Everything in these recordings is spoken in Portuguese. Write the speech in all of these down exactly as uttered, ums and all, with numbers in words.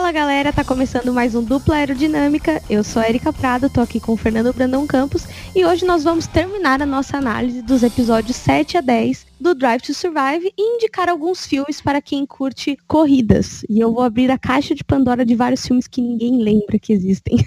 Fala galera, tá começando mais um Dupla Aerodinâmica. Eu sou a Erika Prado, tô aqui com o Fernando Brandão Campos e hoje nós vamos terminar a nossa análise dos episódios sete a dez do Drive to Survive e indicar alguns filmes para quem curte corridas. E eu vou abrir a caixa de Pandora de vários filmes que ninguém lembra que existem.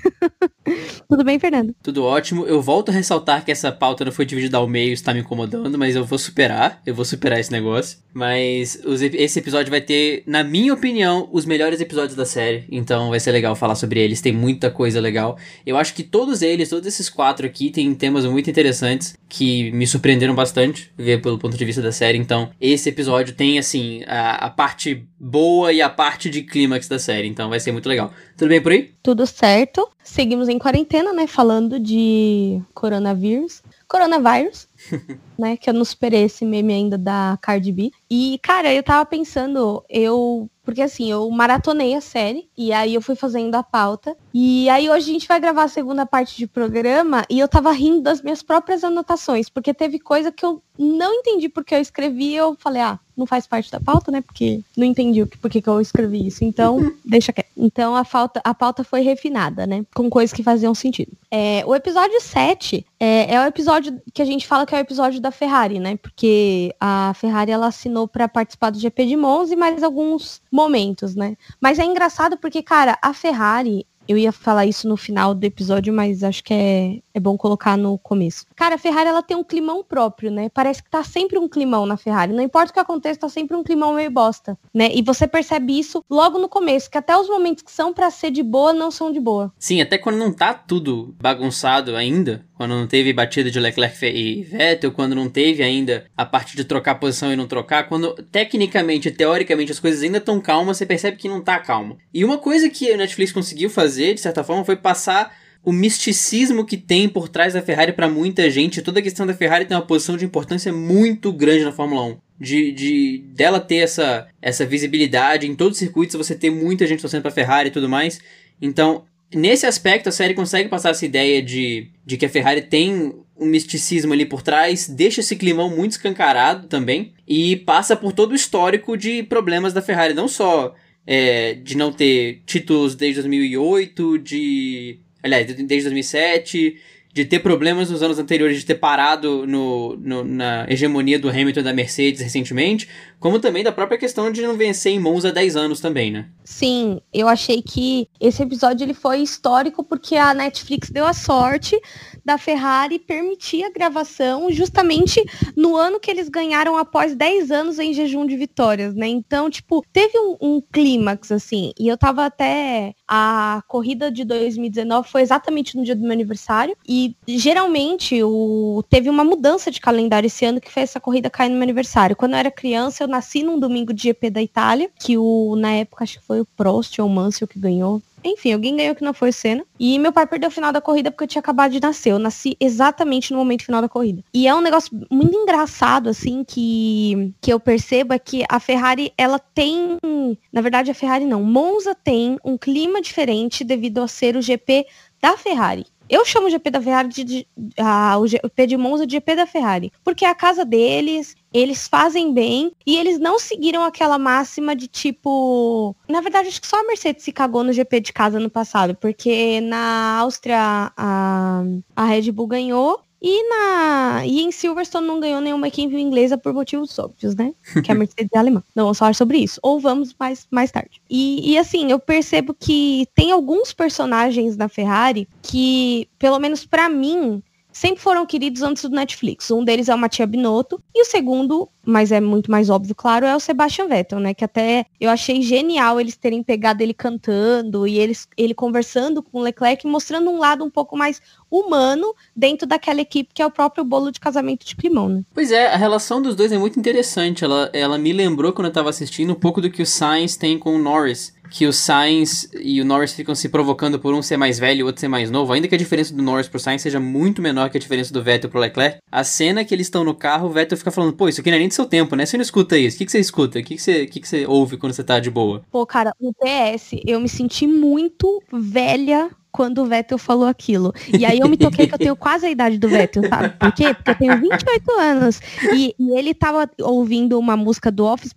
Tudo bem, Fernando? Tudo ótimo. Eu volto a ressaltar que essa pauta não foi dividida ao meio, está me incomodando, mas eu vou superar. Eu vou superar esse negócio. Mas os, esse episódio vai ter, na minha opinião, os melhores episódios da série. Então vai ser legal falar sobre eles. Tem muita coisa legal. Eu acho que todos eles, todos esses quatro aqui, têm temas muito interessantes que me surpreenderam bastante, ver pelo ponto de vista da série. Então, esse episódio tem, assim, a, a parte boa e a parte de clímax da série. Então, vai ser muito legal. Tudo bem por aí? Tudo certo. Seguimos em quarentena, né? Falando de coronavírus. Coronavírus, né? Que eu não superei esse meme ainda da Cardi B. E, cara, eu tava pensando, eu... Porque, assim, eu maratonei a série e aí eu fui fazendo a pauta. E aí hoje a gente vai gravar a segunda parte de programa e eu tava rindo das minhas próprias anotações, porque teve coisa que eu não entendi porque eu escrevi e eu falei, ah, não faz parte da pauta, né? Porque não entendi o que, porque que eu escrevi isso. Então, deixa quieto. Então, a, falta, a pauta foi refinada, né? Com coisas que faziam sentido. É, o episódio sete é, é o episódio que a gente fala que é o episódio da Ferrari, né? Porque a Ferrari, ela assinou pra participar do G P de Monza e mais alguns momentos, né? Mas é engraçado porque, cara, a Ferrari... Eu ia falar isso no final do episódio, mas acho que é, é bom colocar no começo. Cara, a Ferrari, ela tem um climão próprio, né? Parece que tá sempre um climão na Ferrari. Não importa o que aconteça, tá sempre um climão meio bosta, né? E você percebe isso logo no começo, que até os momentos que são pra ser de boa, não são de boa. Sim, até quando não tá tudo bagunçado ainda, quando não teve batida de Leclerc e Vettel, quando não teve ainda a parte de trocar posição e não trocar, quando tecnicamente, teoricamente, as coisas ainda estão calmas, você percebe que não tá calmo. E uma coisa que a Netflix conseguiu fazer, de certa forma, foi passar o misticismo que tem por trás da Ferrari pra muita gente. Toda a questão da Ferrari tem uma posição de importância muito grande na Fórmula um. De, de dela ter essa, essa visibilidade em todos os circuitos, você ter muita gente torcendo pra Ferrari e tudo mais. Então, nesse aspecto, a série consegue passar essa ideia de, de que a Ferrari tem um misticismo ali por trás, deixa esse climão muito escancarado também, e passa por todo o histórico de problemas da Ferrari, não só é, de não ter títulos desde dois mil e oito, de... aliás, desde dois mil e sete... de ter problemas nos anos anteriores, de ter parado no, no, na hegemonia do Hamilton e da Mercedes recentemente, como também da própria questão de não vencer em Monza há dez anos também, né? Sim, eu achei que esse episódio ele foi histórico porque a Netflix deu a sorte da Ferrari permitir a gravação justamente no ano que eles ganharam após dez anos em jejum de vitórias, né? Então, tipo, teve um, um clímax, assim, e eu tava até... A corrida de dois mil e dezenove foi exatamente no dia do meu aniversário, e geralmente o... teve uma mudança de calendário esse ano que fez essa corrida cair no meu aniversário. Quando eu era criança, eu nasci num domingo de G P da Itália, que o, na época acho que foi o Prost ou o Mansell que ganhou. Enfim, alguém ganhou que não foi o Senna. E meu pai perdeu o final da corrida porque eu tinha acabado de nascer. Eu nasci exatamente no momento final da corrida. E é um negócio muito engraçado, assim, que, que eu percebo é que a Ferrari, ela tem... Na verdade, a Ferrari não. Monza tem um clima diferente devido a ser o G P da Ferrari. Eu chamo o G P da Ferrari de, de ah, o G P de Monza de G P da Ferrari, porque é a casa deles, eles fazem bem, e eles não seguiram aquela máxima de tipo... Na verdade, acho que só a Mercedes se cagou no G P de casa no passado, porque na Áustria a, a Red Bull ganhou, e, na, e em Silverstone não ganhou nenhuma equipe inglesa por motivos óbvios, né? Que a Mercedes é alemã. Não vamos falar sobre isso. Ou vamos mais, mais tarde. E, e assim, eu percebo que tem alguns personagens na Ferrari que, pelo menos pra mim, sempre foram queridos antes do Netflix. Um deles é o Mattia Binotto. E o segundo, mas é muito mais óbvio, claro, é o Sebastian Vettel, né? Que até eu achei genial eles terem pegado ele cantando e eles, ele conversando com o Leclerc, mostrando um lado um pouco mais humano dentro daquela equipe que é o próprio bolo de casamento de climão, né? Pois é, a relação dos dois é muito interessante. Ela, ela me lembrou, quando eu tava assistindo, um pouco do que o Sainz tem com o Norris. Que o Sainz e o Norris ficam se provocando por um ser mais velho e o outro ser mais novo. Ainda que a diferença do Norris pro Sainz seja muito menor que a diferença do Vettel pro Leclerc, a cena que eles estão no carro, o Vettel fica falando, pô, isso aqui não é nem do seu tempo, né? Você não escuta isso. O que, que você escuta? O que, que, você, que, que você ouve quando você tá de boa? Pô, cara, no P S, eu me senti muito velha quando o Vettel falou aquilo. E aí eu me toquei que eu tenho quase a idade do Vettel, sabe? Por quê? Porque eu tenho vinte e oito anos. E, e ele tava ouvindo uma música do Offspring,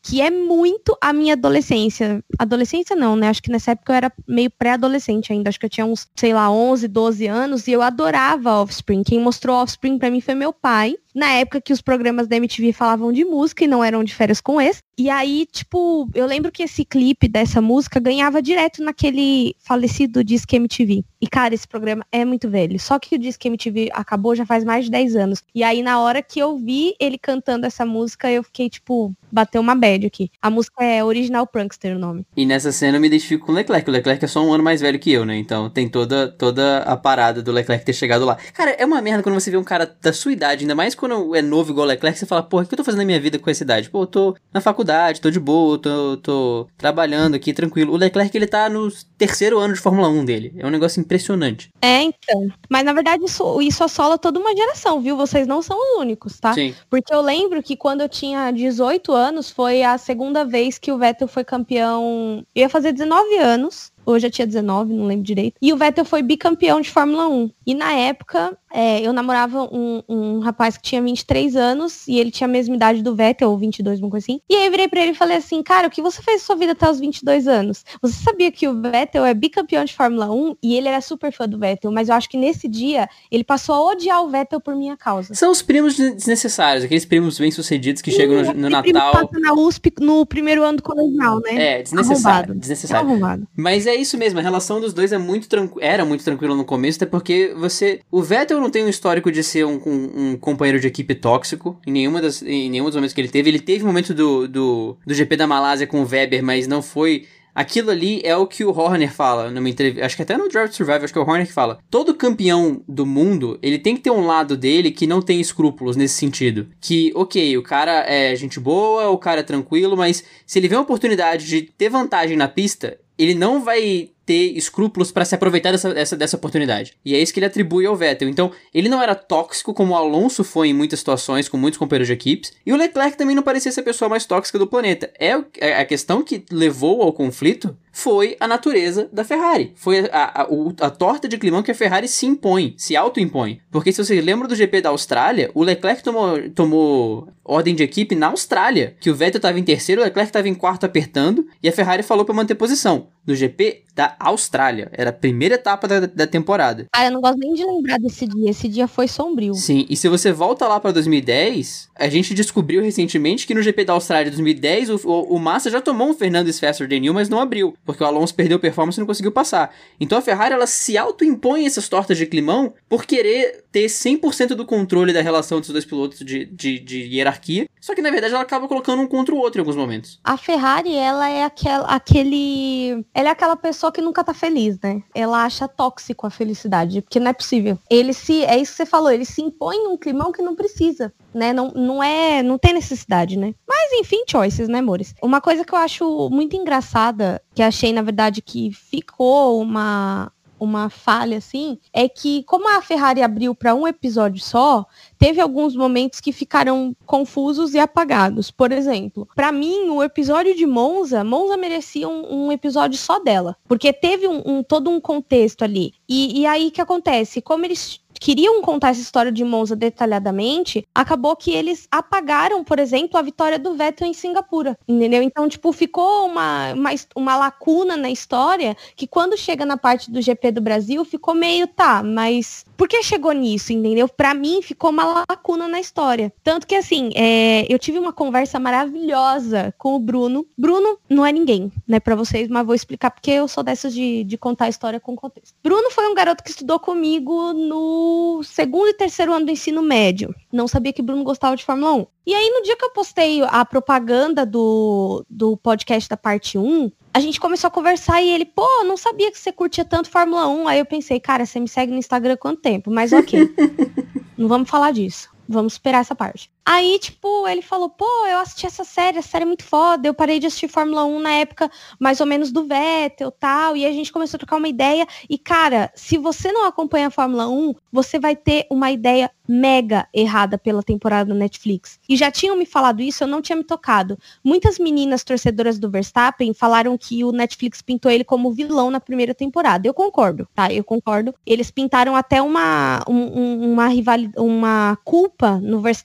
que é muito a minha adolescência. Adolescência não, né? Acho que nessa época eu era meio pré-adolescente ainda. Acho que eu tinha uns, sei lá, onze, doze anos e eu adorava Offspring. Quem mostrou Offspring pra mim foi meu pai. Na época que os programas da M T V falavam de música e não eram de férias com ex. E aí, tipo, eu lembro que esse clipe dessa música ganhava direto naquele falecido Disque M T V. E, cara, esse programa é muito velho. Só que o Disque M T V acabou já faz mais de dez anos. E aí, na hora que eu vi ele cantando essa música, eu fiquei, tipo, bateu uma bad aqui. A música é Original Prankster, o nome. E nessa cena eu me identifico com o Leclerc. O Leclerc é só um ano mais velho que eu, né? Então tem toda, toda a parada do Leclerc ter chegado lá. Cara, é uma merda quando você vê um cara da sua idade, ainda mais quando é novo igual o Leclerc, você fala, porra, o que eu tô fazendo na minha vida com essa idade? Pô, eu tô na faculdade, tô de boa, tô, tô trabalhando aqui, tranquilo. O Leclerc, ele tá no terceiro ano de Fórmula um dele. É um negócio impressionante. É, então. Mas, na verdade, isso, isso assola toda uma geração, viu? Vocês não são os únicos, tá? Sim. Porque eu lembro que quando eu tinha dezoito anos, foi a segunda vez que o Vettel foi campeão. Eu ia fazer dezenove anos. Ou eu já tinha dezenove, não lembro direito. E o Vettel foi bicampeão de Fórmula um. E na época, é, eu namorava um, um rapaz que tinha vinte e três anos. E ele tinha a mesma idade do Vettel, ou vinte e dois, uma coisa assim. E aí eu virei pra ele e falei assim, cara, o que você fez na sua vida até os vinte e dois anos? Você sabia que o Vettel é bicampeão de Fórmula um? E ele era super fã do Vettel. Mas eu acho que nesse dia, ele passou a odiar o Vettel por minha causa. São os primos desnecessários. Aqueles primos bem-sucedidos que chegam no, no Natal. Passa na U S P no primeiro ano do colegial, né? É, desnecessário. Arrombado. Desnecessário. É arrombado. Mas é isso mesmo, a relação dos dois é muito tranqu... era muito tranquila no começo, até porque você... O Vettel não tem um histórico de ser um, um, um companheiro de equipe tóxico, em, nenhuma das, em nenhum dos momentos que ele teve. Ele teve um momento do, do, do G P da Malásia com o Weber, mas não foi... Aquilo ali é o que o Horner fala numa entrevista, acho que até no Drive to Survive, acho que é o Horner que fala. Todo campeão do mundo, ele tem que ter um lado dele que não tem escrúpulos nesse sentido. Que, ok, o cara é gente boa, o cara é tranquilo, mas se ele vê uma oportunidade de ter vantagem na pista, ele não vai ter escrúpulos pra se aproveitar dessa, dessa, dessa oportunidade. E é isso que ele atribui ao Vettel. Então, ele não era tóxico como o Alonso foi em muitas situações, com muitos companheiros de equipes. E o Leclerc também não parecia ser a pessoa mais tóxica do planeta. É a questão que levou ao conflito foi a natureza da Ferrari. Foi a, a, a, a torta de climão que a Ferrari se impõe, se auto-impõe. Porque se vocês lembram do G P da Austrália, o Leclerc tomou, tomou ordem de equipe na Austrália, que o Vettel estava em terceiro, o Leclerc estava em quarto apertando, e a Ferrari falou para manter posição. No G P da Austrália. Era a primeira etapa da, da temporada. Ah, eu não gosto nem de lembrar desse dia. Esse dia foi sombrio. Sim, e se você volta lá pra dois mil e dez, a gente descobriu recentemente que no G P da Austrália de dois mil e dez, o, o, o Massa já tomou um Fernandes Faster Than You, mas não abriu, porque o Alonso perdeu performance e não conseguiu passar. Então a Ferrari, ela se auto-impõe essas tortas de climão por querer ter cem por cento do controle da relação entre os dois pilotos de, de, de hierarquia, só que na verdade ela acaba colocando um contra o outro em alguns momentos. A Ferrari, ela é aquela, aquele... Ela é aquela pessoa que nunca tá feliz, né? Ela acha tóxico a felicidade, porque não é possível. Ele se... É isso que você falou, ele se impõe num climão que não precisa, né? Não, não é... Não tem necessidade, né? Mas, enfim, choices, né, amores? Uma coisa que eu acho muito engraçada, que achei, na verdade, que ficou uma... uma falha, assim, é que como a Ferrari abriu para um episódio só, teve alguns momentos que ficaram confusos e apagados. Por exemplo, para mim, o episódio de Monza, Monza merecia um, um episódio só dela, porque teve um, um, todo um contexto ali. E, e aí, o que acontece? Como eles queriam contar essa história de Monza detalhadamente, acabou que eles apagaram, por exemplo, a vitória do Vettel em Singapura, entendeu? Então, tipo, ficou uma, uma, uma lacuna na história que quando chega na parte do G P do Brasil, ficou meio, tá, mas por que chegou nisso, entendeu? Pra mim, ficou uma lacuna na história. Tanto que, assim, é, eu tive uma conversa maravilhosa com o Bruno. Bruno não é ninguém, né, pra vocês, mas vou explicar porque eu sou dessas de, de contar a história com contexto. Bruno foi um garoto que estudou comigo no segundo e terceiro ano do ensino médio. Não sabia que Bruno gostava de Fórmula um. E aí, no dia que eu postei a propaganda do, do podcast da parte um, a gente começou a conversar e ele, pô, não sabia que você curtia tanto Fórmula um. Aí eu pensei, cara, você me segue no Instagram há quanto tempo? Mas ok, não vamos falar disso. Vamos esperar essa parte. Aí, tipo, ele falou, pô, eu assisti essa série, a série é muito foda, eu parei de assistir Fórmula um na época, mais ou menos, do Vettel e tal, e a gente começou a trocar uma ideia, e, cara, se você não acompanha a Fórmula um, você vai ter uma ideia mega errada pela temporada da Netflix. E já tinham me falado isso, eu não tinha me tocado. Muitas meninas torcedoras do Verstappen falaram que o Netflix pintou ele como vilão na primeira temporada. Eu concordo, tá? Eu concordo. Eles pintaram até uma, um, uma rivalidade, uma culpa no Verstappen pela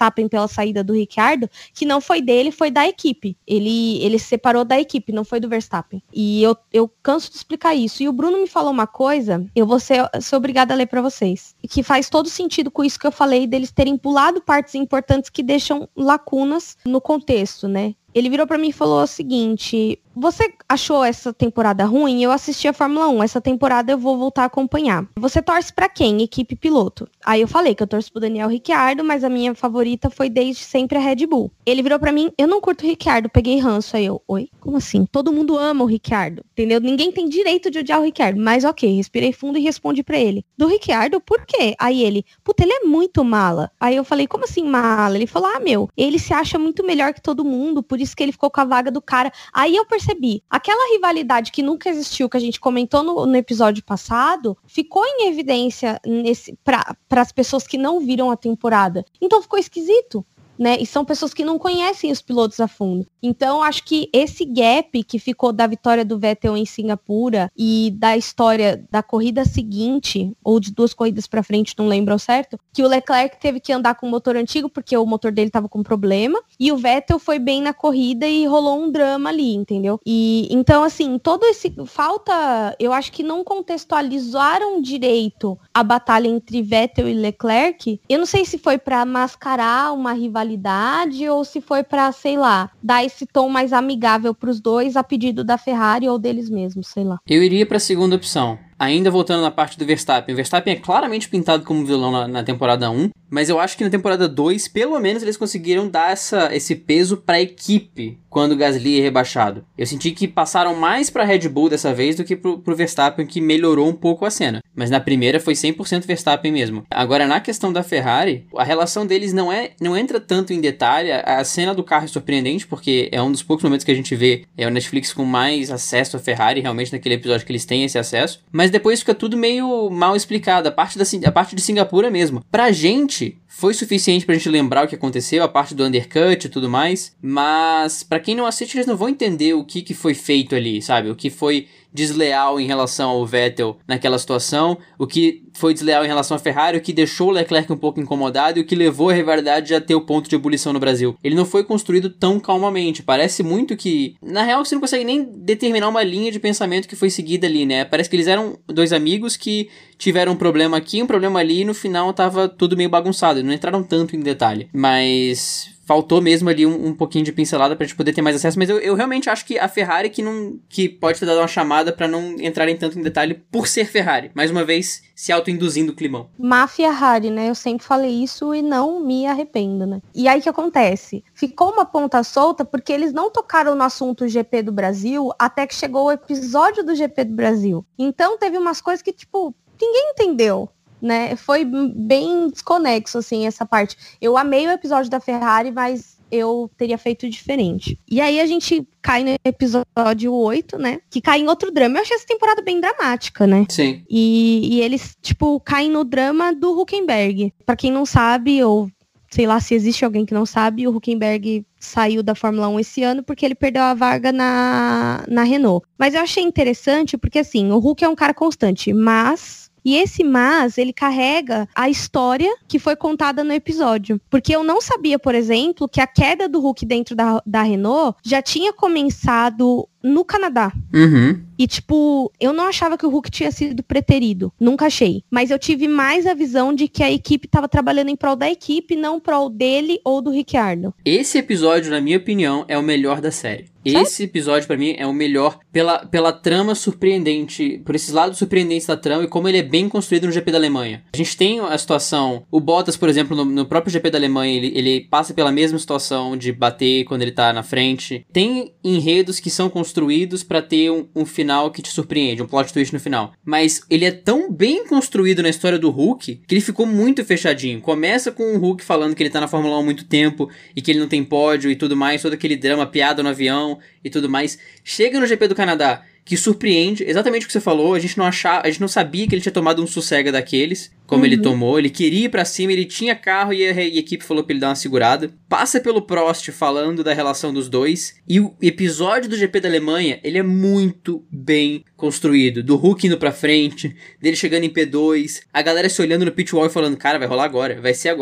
a saída do Ricciardo, que não foi dele, foi da equipe. Ele, ele se separou da equipe, não foi do Verstappen. E eu, eu canso de explicar isso. E o Bruno me falou uma coisa, eu vou ser, ser obrigada a ler pra vocês, que faz todo sentido com isso que eu falei, deles terem pulado partes importantes que deixam lacunas no contexto, né? Ele virou pra mim e falou o seguinte: você achou essa temporada ruim? Eu assisti a Fórmula um, essa temporada eu vou voltar a acompanhar. Você torce pra quem? Equipe piloto. Aí eu falei que eu torço pro Daniel Ricciardo, mas a minha favorita foi desde sempre a Red Bull. Ele virou pra mim: eu não curto o Ricciardo, peguei ranço. Aí eu, oi? Como assim? Todo mundo ama o Ricciardo, entendeu? Ninguém tem direito de odiar o Ricciardo, mas ok, respirei fundo e respondi pra ele: do Ricciardo, por quê? Aí ele: puta, ele é muito mala. Aí eu falei: como assim mala? Ele falou: ah, meu, ele se acha muito melhor que todo mundo, por isso que ele ficou com a vaga do cara. Aí eu percebi, aquela rivalidade que nunca existiu, que a gente comentou no, no episódio passado, ficou em evidência para as pessoas que não viram a temporada. Então ficou esquisito, né? E são pessoas que não conhecem os pilotos a fundo. Então, acho que esse gap que ficou da vitória do Vettel em Singapura e da história da corrida seguinte, ou de duas corridas pra frente, não lembro ao certo, que o Leclerc teve que andar com o motor antigo porque o motor dele tava com problema, e o Vettel foi bem na corrida e rolou um drama ali, entendeu? E então, assim, todo esse... Falta... Eu acho que não contextualizaram direito a batalha entre Vettel e Leclerc. Eu não sei se foi pra mascarar uma rivalidade ou se foi pra, sei lá, dar esse tom mais amigável pros dois a pedido da Ferrari ou deles mesmos, sei lá. Eu iria pra segunda opção. Ainda voltando na parte do Verstappen. O Verstappen é claramente pintado como vilão na, na temporada um, mas eu acho que na temporada dois, pelo menos, eles conseguiram dar essa, esse peso pra equipe quando o Gasly é rebaixado. Eu senti que passaram mais pra Red Bull dessa vez do que pro, pro Verstappen, que melhorou um pouco a cena. Mas na primeira foi cem por cento Verstappen mesmo. Agora, na questão da Ferrari, a relação deles não, é, não entra tanto em detalhe. A cena do carro é surpreendente, porque é um dos poucos momentos que a gente vê é o Netflix com mais acesso à Ferrari, realmente naquele episódio que eles têm esse acesso. Mas depois fica tudo meio mal explicado, a parte, da, a parte de Singapura mesmo. Pra gente, foi suficiente pra gente lembrar o que aconteceu, a parte do undercut e tudo mais, mas pra quem não assiste, eles não vão entender o que, que foi feito ali, sabe? O que foi desleal em relação ao Vettel naquela situação, o que foi desleal em relação à Ferrari, o que deixou o Leclerc um pouco incomodado e o que levou a rivalidade a ter o ponto de ebulição no Brasil. Ele não foi construído tão calmamente, parece muito que... Na real, você não consegue nem determinar uma linha de pensamento que foi seguida ali, né? Parece que eles eram dois amigos que tiveram um problema aqui, um problema ali, e no final tava tudo meio bagunçado, não entraram tanto em detalhe, mas... Faltou mesmo ali um, um pouquinho de pincelada pra gente poder ter mais acesso, mas eu, eu realmente acho que a Ferrari que, não, que pode ter dado uma chamada pra não entrarem tanto em detalhe por ser Ferrari. Mais uma vez, se auto-induzindo o climão. Máfia Ferrari, né? Eu sempre falei isso e não me arrependo, né? E aí o que acontece? Ficou uma ponta solta porque eles não tocaram no assunto G P do Brasil até que chegou o episódio do G P do Brasil. Então teve umas coisas que, tipo, ninguém entendeu. Né? Foi bem desconexo, assim, essa parte. Eu amei o episódio da Ferrari, mas eu teria feito diferente. E aí a gente cai no episódio oito, né? Que cai em outro drama. Eu achei essa temporada bem dramática, né? Sim. E, e eles, tipo, caem no drama do Hülkenberg. Pra quem não sabe, ou sei lá se existe alguém que não sabe, o Hülkenberg saiu da Fórmula um esse ano porque ele perdeu a vaga na, na Renault. Mas eu achei interessante porque, assim, o Hulk é um cara constante, mas... E esse mas, ele carrega a história que foi contada no episódio. Porque eu não sabia, por exemplo, que a queda do Hulk dentro da, da Renault já tinha começado no Canadá. Uhum. E, tipo, eu não achava que o Hulk tinha sido preterido. Nunca achei. Mas eu tive mais a visão de que a equipe tava trabalhando em prol da equipe, não prol dele ou do Ricciardo. Esse episódio, na minha opinião, é o melhor da série. Certo? Esse episódio, pra mim, é o melhor pela, pela trama surpreendente, por esses lados surpreendentes da trama e como ele é bem construído no G P da Alemanha. A gente tem a situação... O Bottas, por exemplo, no, no próprio G P da Alemanha, ele, ele passa pela mesma situação de bater quando ele tá na frente. Tem enredos que são construídos pra ter um, um final que te surpreende, um plot twist no final. Mas ele é tão bem construído na história do Hulk que ele ficou muito fechadinho. Começa com o Hulk falando que ele tá na Fórmula um há muito tempo e que ele não tem pódio e tudo mais, todo aquele drama, piada no avião e tudo mais. Chega no G P do Canadá, que surpreende, exatamente o que você falou, a gente não achava, a gente não sabia que ele tinha tomado um sossega daqueles, como uhum. ele tomou, ele queria ir pra cima, ele tinha carro e a, e a equipe falou pra ele dar uma segurada. Passa pelo Prost falando da relação dos dois, e o episódio do G P da Alemanha, ele é muito bem construído, do Hulk indo pra frente, dele chegando em P dois, a galera se olhando no pit wall e falando, cara, vai rolar agora, vai ser agora.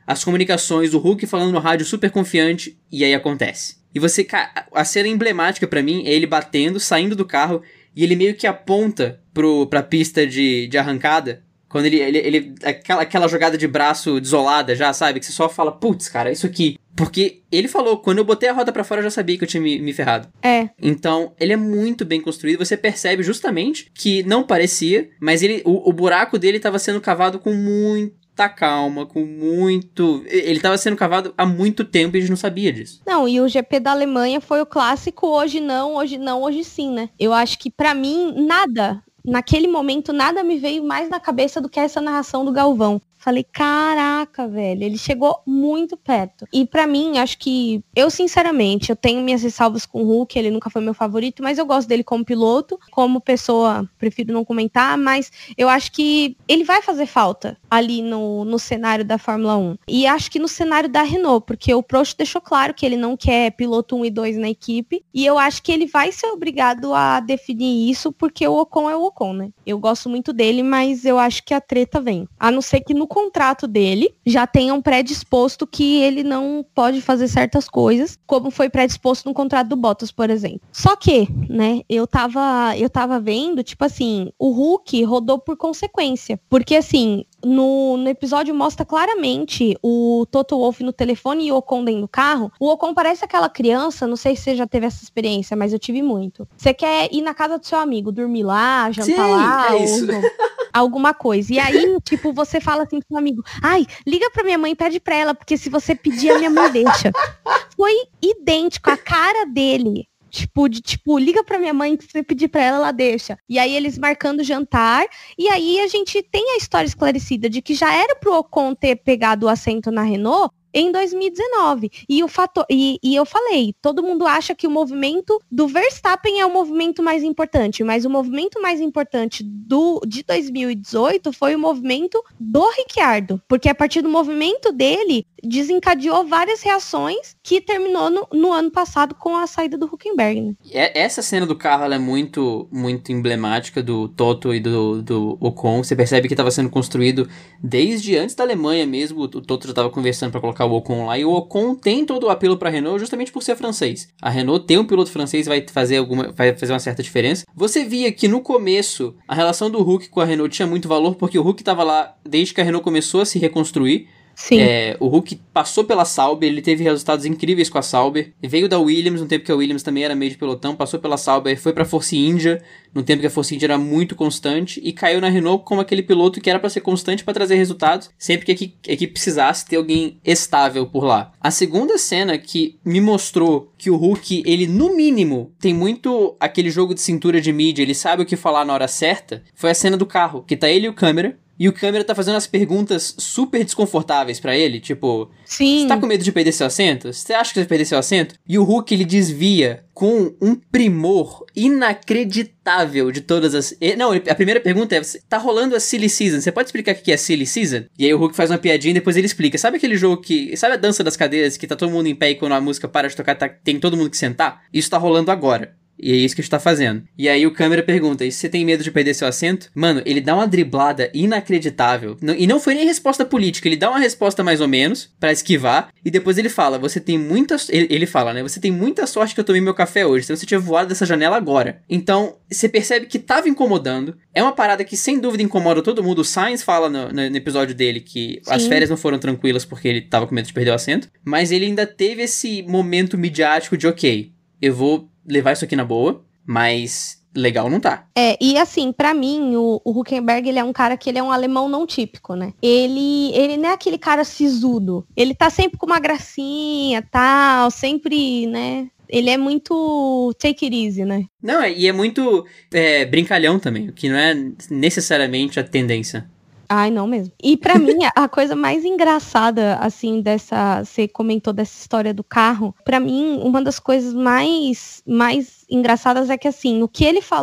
as comunicações, o Hulk falando no rádio super confiante, e aí acontece. E você, a cena emblemática pra mim é ele batendo, saindo do carro, e ele meio que aponta pro, pra pista de, de arrancada, quando ele, ele, ele aquela, aquela jogada de braço desolada já, sabe? Que você só fala, putz, cara, isso aqui. Porque ele falou, quando eu botei a roda pra fora eu já sabia que eu tinha me, me ferrado. É. Então, ele é muito bem construído, você percebe justamente que não parecia, mas ele, o, o buraco dele tava sendo cavado com muita calma, com muito... Ele tava sendo cavado há muito tempo e a gente não sabia disso. Não, e o G P da Alemanha foi o clássico, hoje não, hoje não, hoje sim, né? Eu acho que pra mim, nada... Naquele momento, nada me veio mais na cabeça do que essa narração do Galvão. Falei, caraca, velho, ele chegou muito perto. E pra mim, acho que, eu sinceramente, eu tenho minhas ressalvas com o Hulk, ele nunca foi meu favorito, mas eu gosto dele como piloto. Como pessoa, prefiro não comentar, mas eu acho que ele vai fazer falta ali no, no cenário da Fórmula um. E acho que no cenário da Renault, porque o Prost deixou claro que ele não quer piloto um e dois na equipe, e eu acho que ele vai ser obrigado a definir isso, porque o Ocon é o Ocon, né? Eu gosto muito dele, mas eu acho que a treta vem. A não ser que no contrato dele já tenham predisposto que ele não pode fazer certas coisas, como foi predisposto no contrato do Bottas, por exemplo. Só que, né, eu tava, eu tava vendo, tipo assim, o Hulk rodou por consequência. Porque, assim, no, no episódio mostra claramente o Toto Wolff no telefone e o Ocon dentro do carro. O Ocon parece aquela criança, não sei se você já teve essa experiência, mas eu tive muito. Você quer ir na casa do seu amigo, dormir lá, jantar Sim, lá, é ou isso. alguma coisa. E aí, tipo, você fala assim pro seu amigo, ai, liga pra minha mãe e pede pra ela, porque se você pedir, a minha mãe deixa. Foi idêntico, a cara dele. Tipo, de tipo, liga pra minha mãe, que se você pedir pra ela, ela deixa. E aí eles marcando jantar, e aí a gente tem a história esclarecida de que já era pro Ocon ter pegado o assento na Renault em dois mil e dezenove. E, o fator, e, e eu falei, todo mundo acha que o movimento do Verstappen é o movimento mais importante, mas o movimento mais importante do, de dois mil e dezoito foi o movimento do Ricciardo, porque a partir do movimento dele, desencadeou várias reações que terminou no, no ano passado com a saída do Hülkenberg, né? Essa cena do carro, ela é muito, muito emblemática do Toto e do, do Ocon. Você percebe que estava sendo construído desde antes da Alemanha mesmo. O Toto já estava conversando para colocar o Ocon lá. E o Ocon tem todo o apelo para a Renault justamente por ser francês. A Renault tem um piloto francês, vai fazer, alguma, vai fazer uma certa diferença. Você via que no começo a relação do Hulk com a Renault tinha muito valor, porque o Hulk estava lá desde que a Renault começou a se reconstruir. Sim. É, o Hulk passou pela Sauber, ele teve resultados incríveis com a Sauber, veio da Williams, no tempo que a Williams também era meio de pelotão, passou pela Sauber, foi pra Force India, no tempo que a Force India era muito constante, e caiu na Renault como aquele piloto que era pra ser constante pra trazer resultados, sempre que a equipe, a equipe precisasse ter alguém estável por lá. A segunda cena que me mostrou que o Hulk, ele no mínimo, tem muito aquele jogo de cintura de mídia, ele sabe o que falar na hora certa, foi a cena do carro, que tá ele e o câmera, e o câmera tá fazendo as perguntas super desconfortáveis pra ele, tipo... Sim. Você tá com medo de perder seu assento? Você acha que você vai perder seu assento? E o Hulk, ele desvia com um primor inacreditável de todas as... Não, a primeira pergunta é, tá rolando a Silly Season, você pode explicar o que é Silly Season? E aí o Hulk faz uma piadinha e depois ele explica. Sabe aquele jogo que... Sabe a dança das cadeiras que tá todo mundo em pé e quando a música para de tocar tá... tem todo mundo que sentar? Isso tá rolando agora. E é isso que a gente tá fazendo. E aí o câmera pergunta, e se você tem medo de perder seu assento? Mano, ele dá uma driblada inacreditável. E não foi nem resposta política, ele dá uma resposta mais ou menos, pra esquivar, e depois ele fala, você tem muita... Ele fala, né? Você tem muita sorte que eu tomei meu café hoje, senão você tinha voado dessa janela agora. Então, você percebe que tava incomodando. É uma parada que sem dúvida incomoda todo mundo. O Sainz fala no, no, no episódio dele que Sim. as férias não foram tranquilas porque ele tava com medo de perder o assento. Mas ele ainda teve esse momento midiático de, ok, eu vou levar isso aqui na boa, mas legal não tá. É, e assim, pra mim, o, o Hülkenberg, ele é um cara que ele é um alemão não típico, né? Ele, ele não é aquele cara sisudo. Ele tá sempre com uma gracinha, tal, sempre, né? Ele é muito take it easy, né? Não, e é muito é, brincalhão também, o que não é necessariamente a tendência. Ai, não mesmo. E pra mim, a coisa mais engraçada, assim, dessa... Você comentou dessa história do carro. Pra mim, uma das coisas mais, mais engraçadas é que, assim, o que ele falou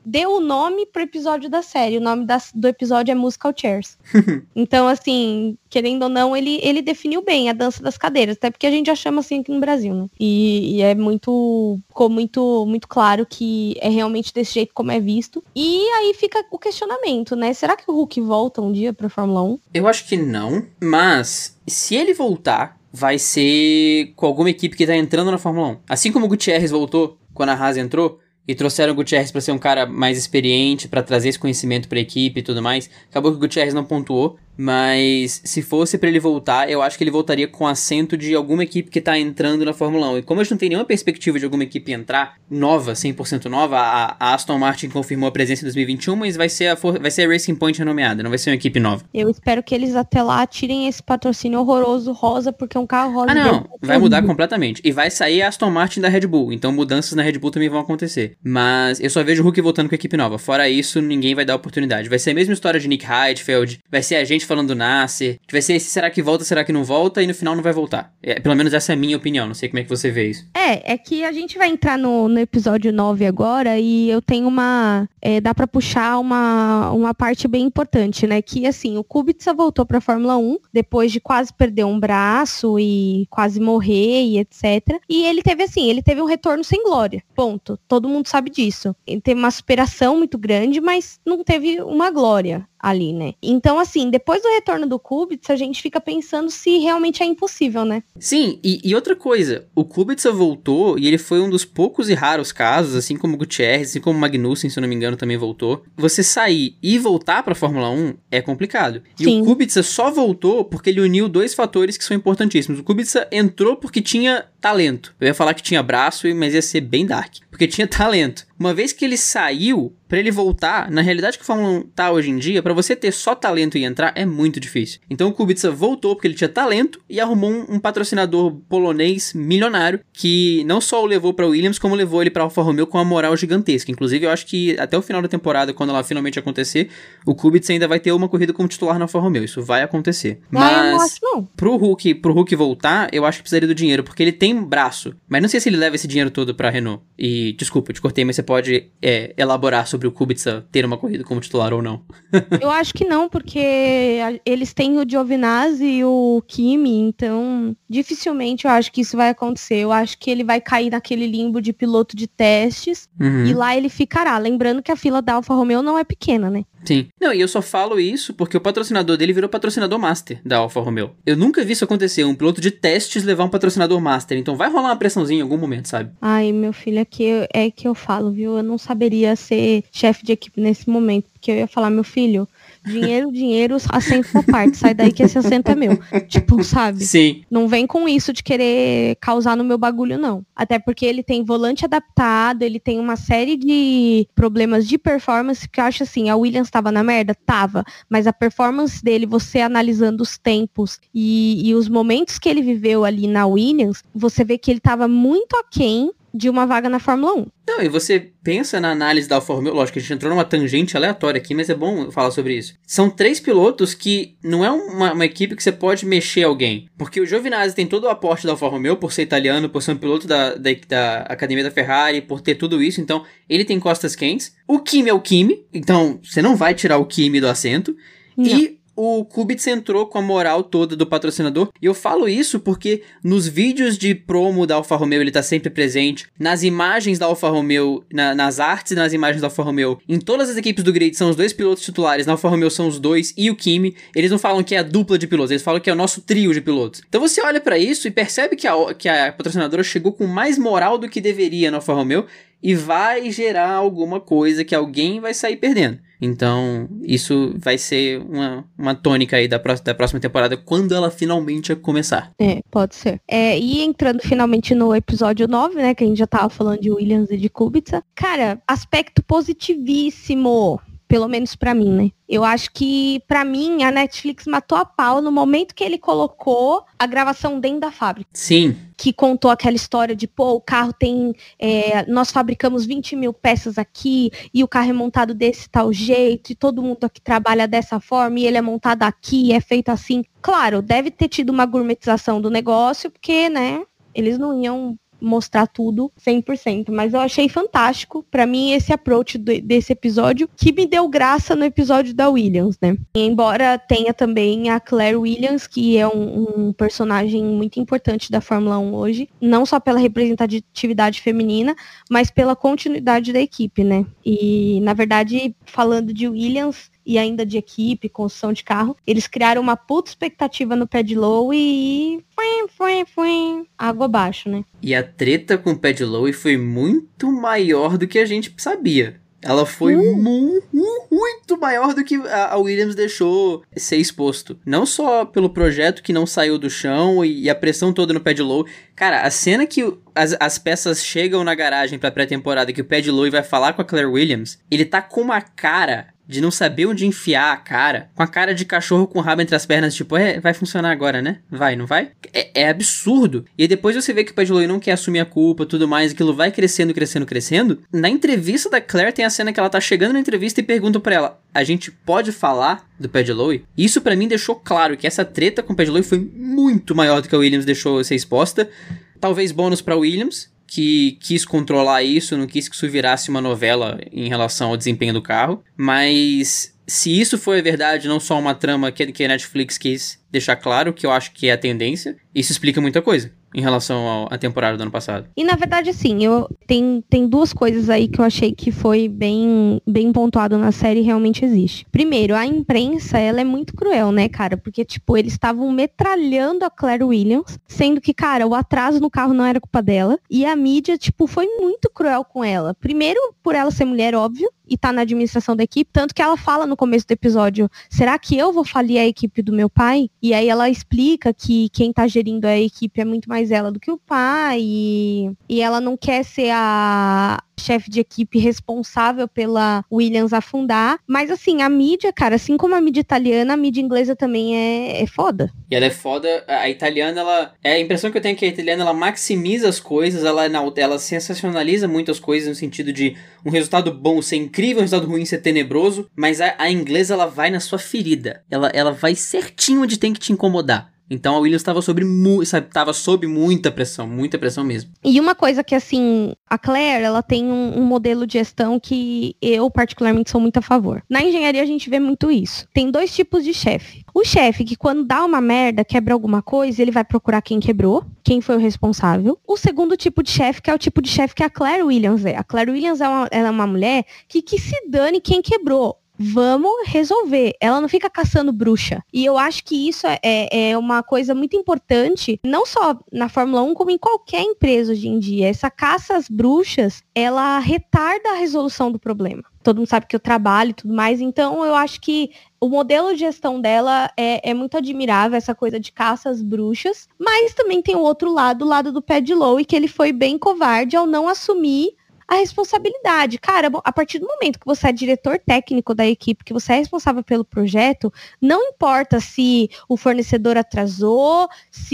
deu o nome pro episódio da série. O nome da, do episódio é Musical Chairs. Então, assim, querendo ou não, ele, ele definiu bem a dança das cadeiras. Até porque a gente já chama assim aqui no Brasil, né? E, e é muito... Ficou muito, muito claro que é realmente desse jeito como é visto. E aí fica o questionamento, né? Será que o Hulk volta um dia pra Fórmula um? Eu acho que não, mas se ele voltar, vai ser com alguma equipe que tá entrando na Fórmula um. Assim como o Gutierrez voltou quando a Haas entrou, e trouxeram o Gutierrez pra ser um cara mais experiente, pra trazer esse conhecimento pra equipe e tudo mais. Acabou que o Gutierrez não pontuou, mas se fosse pra ele voltar, eu acho que ele voltaria com assento de alguma equipe que tá entrando na Fórmula um. E como a gente não tem nenhuma perspectiva de alguma equipe entrar nova, cem por cento nova, a, a Aston Martin confirmou a presença em dois mil e vinte e um, mas vai ser, a, vai ser a Racing Point renomeada, não vai ser uma equipe nova. Eu espero que eles até lá tirem esse patrocínio horroroso rosa, porque um carro rosa... Ah, não, vai mudar completamente. E vai sair a Aston Martin da Red Bull, então mudanças na Red Bull também vão acontecer. Mas eu só vejo o Hulk voltando com a equipe nova. Fora isso, ninguém vai dar oportunidade. Vai ser a mesma história de Nick Heidfeld, vai ser a gente falando do Nasser, vai ser esse será que volta, será que não volta, e no final não vai voltar. É, pelo menos essa é a minha opinião, não sei como é que você vê isso. É, é que a gente vai entrar no, no episódio nove agora, e eu tenho uma... É, dá pra puxar uma, uma parte bem importante, né? Que, assim, o Kubica voltou pra Fórmula um, depois de quase perder um braço e quase morrer e etcétera. E ele teve, assim, ele teve um retorno sem glória. Ponto. Todo mundo sabe disso. Ele teve uma superação muito grande, mas não teve uma glória ali, né? Então, assim, depois do retorno do Kubica, a gente fica pensando se realmente é impossível, né? Sim, e, e outra coisa, o Kubica voltou e ele foi um dos poucos e raros casos, assim como o Gutierrez, assim como o Magnussen, se eu não me engano, também voltou. Você sair e voltar pra Fórmula um é complicado. E Sim. o Kubica só voltou porque ele uniu dois fatores que são importantíssimos. O Kubica entrou porque tinha talento. Eu ia falar que tinha braço, mas ia ser bem dark. Porque tinha talento. Uma vez que ele saiu, pra ele voltar, na realidade que a Fórmula um tá hoje em dia, pra você ter só talento e entrar, é muito difícil. Então o Kubica voltou porque ele tinha talento e arrumou um, um patrocinador polonês milionário que não só o levou pra Williams, como levou ele pra Alfa Romeo com uma moral gigantesca. Inclusive, eu acho que até o final da temporada, quando ela finalmente acontecer, o Kubica ainda vai ter uma corrida como titular na Alfa Romeo. Isso vai acontecer. Não, Mas eu não acho, não. Pro Hulk, pro Hulk voltar, eu acho que precisaria do dinheiro, porque ele tem braço. Mas não sei se ele leva esse dinheiro todo pra Renault. E, desculpa, eu te cortei, mas você pode é, elaborar sobre o Kubica ter uma corrida como titular ou não. Eu acho que não, porque eles têm o Giovinazzi e o Kimi, então dificilmente eu acho que isso vai acontecer. Eu acho que ele vai cair naquele limbo de piloto de testes uhum. e lá ele ficará. Lembrando que a fila da Alfa Romeo não é pequena, né? Sim. Não, e eu só falo isso porque o patrocinador dele virou patrocinador master da Alfa Romeo. Eu nunca vi isso acontecer, um piloto de testes levar um patrocinador master. Então vai rolar uma pressãozinha em algum momento, sabe? Ai, meu filho, aqui é que eu falo, viu? Eu não saberia ser chefe de equipe nesse momento, porque eu ia falar, meu filho, dinheiro, dinheiro, assento à parte, sai daí que esse assento é meu. Tipo, sabe? Sim. Não vem com isso de querer causar no meu bagulho, não. Até porque ele tem volante adaptado, ele tem uma série de problemas de performance, que eu acho assim, a Williams tava na merda? Tava. Mas a performance dele, você analisando os tempos e, e os momentos que ele viveu ali na Williams, você vê que ele tava muito aquém de uma vaga na Fórmula um. Não, e você pensa na análise da Alfa Romeo, lógico que a gente entrou numa tangente aleatória aqui, mas é bom falar sobre isso. São três pilotos que não é uma, uma equipe que você pode mexer alguém, porque o Giovinazzi tem todo o aporte da Alfa Romeo, por ser italiano, por ser um piloto da, da, da Academia da Ferrari, por ter tudo isso, então ele tem costas quentes. O Kimi é o Kimi, então você não vai tirar o Kimi do assento. Não. E o Kubica entrou com a moral toda do patrocinador. E eu falo isso porque nos vídeos de promo da Alfa Romeo ele tá sempre presente. Nas imagens da Alfa Romeo, na, nas artes e nas imagens da Alfa Romeo. Em todas as equipes do grid são os dois pilotos titulares. Na Alfa Romeo são os dois e o Kimi. Eles não falam que é a dupla de pilotos, eles falam que é o nosso trio de pilotos. Então você olha pra isso e percebe que a, que a patrocinadora chegou com mais moral do que deveria na Alfa Romeo. E vai gerar alguma coisa que alguém vai sair perdendo. Então, isso vai ser uma, uma tônica aí da, pró- da próxima temporada, quando ela finalmente começar. É, pode ser. É, e entrando finalmente no episódio nove, né, que a gente já tava falando de Williams e de Kubica. Cara, aspecto positivíssimo. Pelo menos pra mim, né? Eu acho que, pra mim, a Netflix matou a pau no momento que ele colocou a gravação dentro da fábrica. Sim. Que contou aquela história de, pô, o carro tem... É, nós fabricamos vinte mil peças aqui, e o carro é montado desse tal jeito, e todo mundo aqui trabalha dessa forma, e ele é montado aqui, é feito assim. Claro, deve ter tido uma gourmetização do negócio, porque, né, eles não iam mostrar tudo cem por cento, mas eu achei fantástico, pra mim, esse approach do, desse episódio, que me deu graça no episódio da Williams, né? E embora tenha também a Claire Williams, que é um, um personagem muito importante da Fórmula um hoje, não só pela representatividade feminina, mas pela continuidade da equipe, né? E, na verdade, falando de Williams e ainda de equipe, construção de carro, eles criaram uma puta expectativa no Paddy Lowe e... Fuim, fuim, fuim, água abaixo, né? E a treta com o Paddy Lowe foi muito maior do que a gente sabia. Ela foi uh. mu- muito maior do que a Williams deixou ser exposto. Não só pelo projeto que não saiu do chão e, e a pressão toda no Paddy Lowe. Cara, a cena que as, as peças chegam na garagem pra pré-temporada, que o Paddy Lowe vai falar com a Claire Williams, ele tá com uma cara de não saber onde enfiar a cara, com a cara de cachorro com o rabo entre as pernas, tipo, é, vai funcionar agora, né? Vai, não vai? É, é absurdo. E aí depois você vê que o Paddy Lowe não quer assumir a culpa, tudo mais, aquilo vai crescendo, crescendo, crescendo. Na entrevista da Claire tem a cena que ela tá chegando na entrevista e perguntam pra ela, a gente pode falar do Paddy Lowe? Isso pra mim deixou claro que essa treta com o Paddy Lowe foi muito maior do que a Williams deixou ser exposta. Talvez bônus pra Williams, que quis controlar isso, não quis que isso virasse uma novela em relação ao desempenho do carro, mas se isso foi a verdade, não só uma trama que a Netflix quis deixar claro, que eu acho que é a tendência, isso explica muita coisa em relação à temporada do ano passado. E na verdade, assim, eu tem, tem duas coisas aí que eu achei que foi bem, bem pontuado na série e realmente existe. Primeiro, a imprensa, ela é muito cruel, né, cara? Porque, tipo, eles estavam metralhando a Claire Williams, sendo que, cara, o atraso no carro não era culpa dela. E a mídia, tipo, foi muito cruel com ela. Primeiro, por ela ser mulher, óbvio, e tá na administração da equipe, tanto que ela fala no começo do episódio, será que eu vou falir a equipe do meu pai? E aí ela explica que quem tá gerindo a equipe é muito mais ela do que o pai, e, e ela não quer ser a chefe de equipe responsável pela Williams afundar, mas assim, a mídia, cara, assim como a mídia italiana, a mídia inglesa também é, é foda. E ela é foda, a italiana, ela, é a impressão que eu tenho é que a italiana, ela maximiza as coisas, ela, ela sensacionaliza muitas coisas no sentido de um resultado bom ser incrível, um resultado ruim ser tenebroso, mas a, a inglesa, ela vai na sua ferida, ela, ela vai certinho onde tem que te incomodar. Então a Williams estava sob, mu- tava sob muita pressão, muita pressão mesmo. E uma coisa que, assim, a Claire, ela tem um, um modelo de gestão que eu particularmente sou muito a favor. Na engenharia a gente vê muito isso. Tem dois tipos de chefe. O chefe que quando dá uma merda, quebra alguma coisa, ele vai procurar quem quebrou, quem foi o responsável. O segundo tipo de chefe, que é o tipo de chefe que a Claire Williams é. A Claire Williams é uma, ela é uma mulher que, que se dane quem quebrou. Vamos resolver. Ela não fica caçando bruxa. E eu acho que isso é, é uma coisa muito importante, não só na Fórmula um, como em qualquer empresa hoje em dia. Essa caça às bruxas, ela retarda a resolução do problema. Todo mundo sabe que eu trabalho e tudo mais, então eu acho que o modelo de gestão dela é, é muito admirável, essa coisa de caça às bruxas, mas também tem o outro lado, o lado do Paddy Lowe, que ele foi bem covarde ao não assumir a responsabilidade. Cara, a partir do momento que você é diretor técnico da equipe, que você é responsável pelo projeto, não importa se o fornecedor atrasou,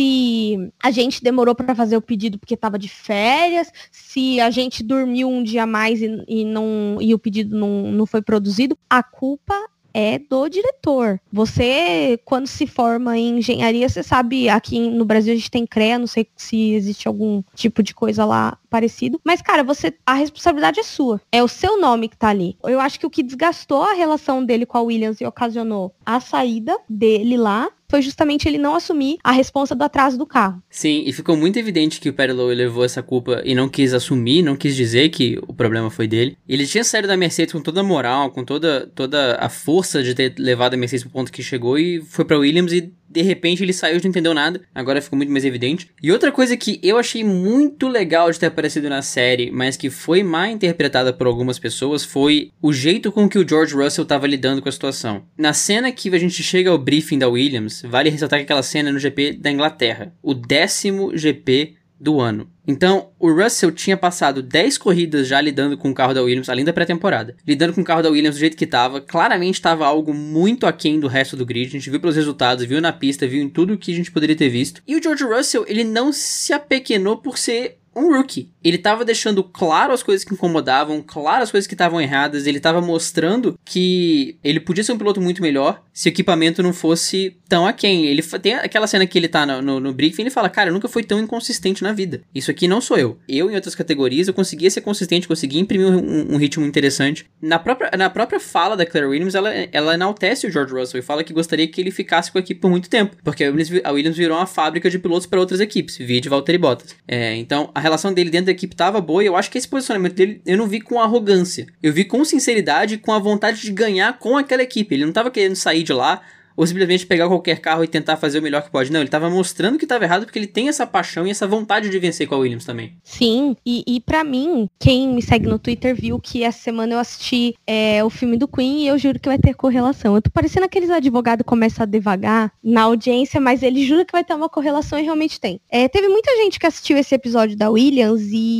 se a gente demorou para fazer o pedido porque estava de férias, se a gente dormiu um dia a mais e, e, não, e o pedido não, não foi produzido, a culpa é do diretor. Você, quando se forma em engenharia, você sabe, aqui no Brasil a gente tem C R E A, não sei se existe algum tipo de coisa lá parecido, mas, cara, você, a responsabilidade é sua. É o seu nome que tá ali. Eu acho que o que desgastou a relação dele com a Williams e ocasionou a saída dele lá foi justamente ele não assumir a responsa do atraso do carro. Sim, e ficou muito evidente que o Paddy Lowe levou essa culpa e não quis assumir, não quis dizer que o problema foi dele. Ele tinha saído da Mercedes com toda a moral, com toda, toda a força de ter levado a Mercedes pro ponto que chegou e foi pra Williams e de repente ele saiu e não entendeu nada. Agora ficou muito mais evidente. E outra coisa que eu achei muito legal de ter aparecido na série, mas que foi mal interpretada por algumas pessoas, foi o jeito com que o George Russell tava lidando com a situação. Na cena que a gente chega ao briefing da Williams, vale ressaltar que aquela cena é no G P da Inglaterra. O décimo G P do ano. Então, o Russell tinha passado dez corridas já lidando com o carro da Williams, além da pré-temporada. Lidando com o carro da Williams do jeito que tava. Claramente tava algo muito aquém do resto do grid. A gente viu pelos resultados, viu na pista, viu em tudo que a gente poderia ter visto. E o George Russell, ele não se apequenou por ser um rookie. Ele tava deixando claro as coisas que incomodavam, claro as coisas que estavam erradas, ele tava mostrando que ele podia ser um piloto muito melhor se o equipamento não fosse tão aquém. Ele tem aquela cena que ele tá no, no, no briefing, ele fala, cara, eu nunca fui tão inconsistente na vida. Isso aqui não sou eu. Eu, em outras categorias, eu conseguia ser consistente, conseguia imprimir um, um ritmo interessante. Na própria, na própria fala da Claire Williams, ela, ela enaltece o George Russell e fala que gostaria que ele ficasse com a equipe por muito tempo, porque a Williams, a Williams virou uma fábrica de pilotos para outras equipes, via de Valtteri Bottas. É, então, a relação dele dentro da equipe tava boa e eu acho que esse posicionamento dele, eu não vi com arrogância. Eu vi com sinceridade e com a vontade de ganhar com aquela equipe. Ele não tava querendo sair de lá ou simplesmente pegar qualquer carro e tentar fazer o melhor que pode. Não, ele tava mostrando que tava errado porque ele tem essa paixão e essa vontade de vencer com a Williams também. Sim, e, e pra mim, quem me segue no Twitter viu que essa semana eu assisti é, o filme do Queen e eu juro que vai ter correlação. Eu tô parecendo aqueles advogados que começam a devagar na audiência, mas ele jura que vai ter uma correlação e realmente tem. É, teve muita gente que assistiu esse episódio da Williams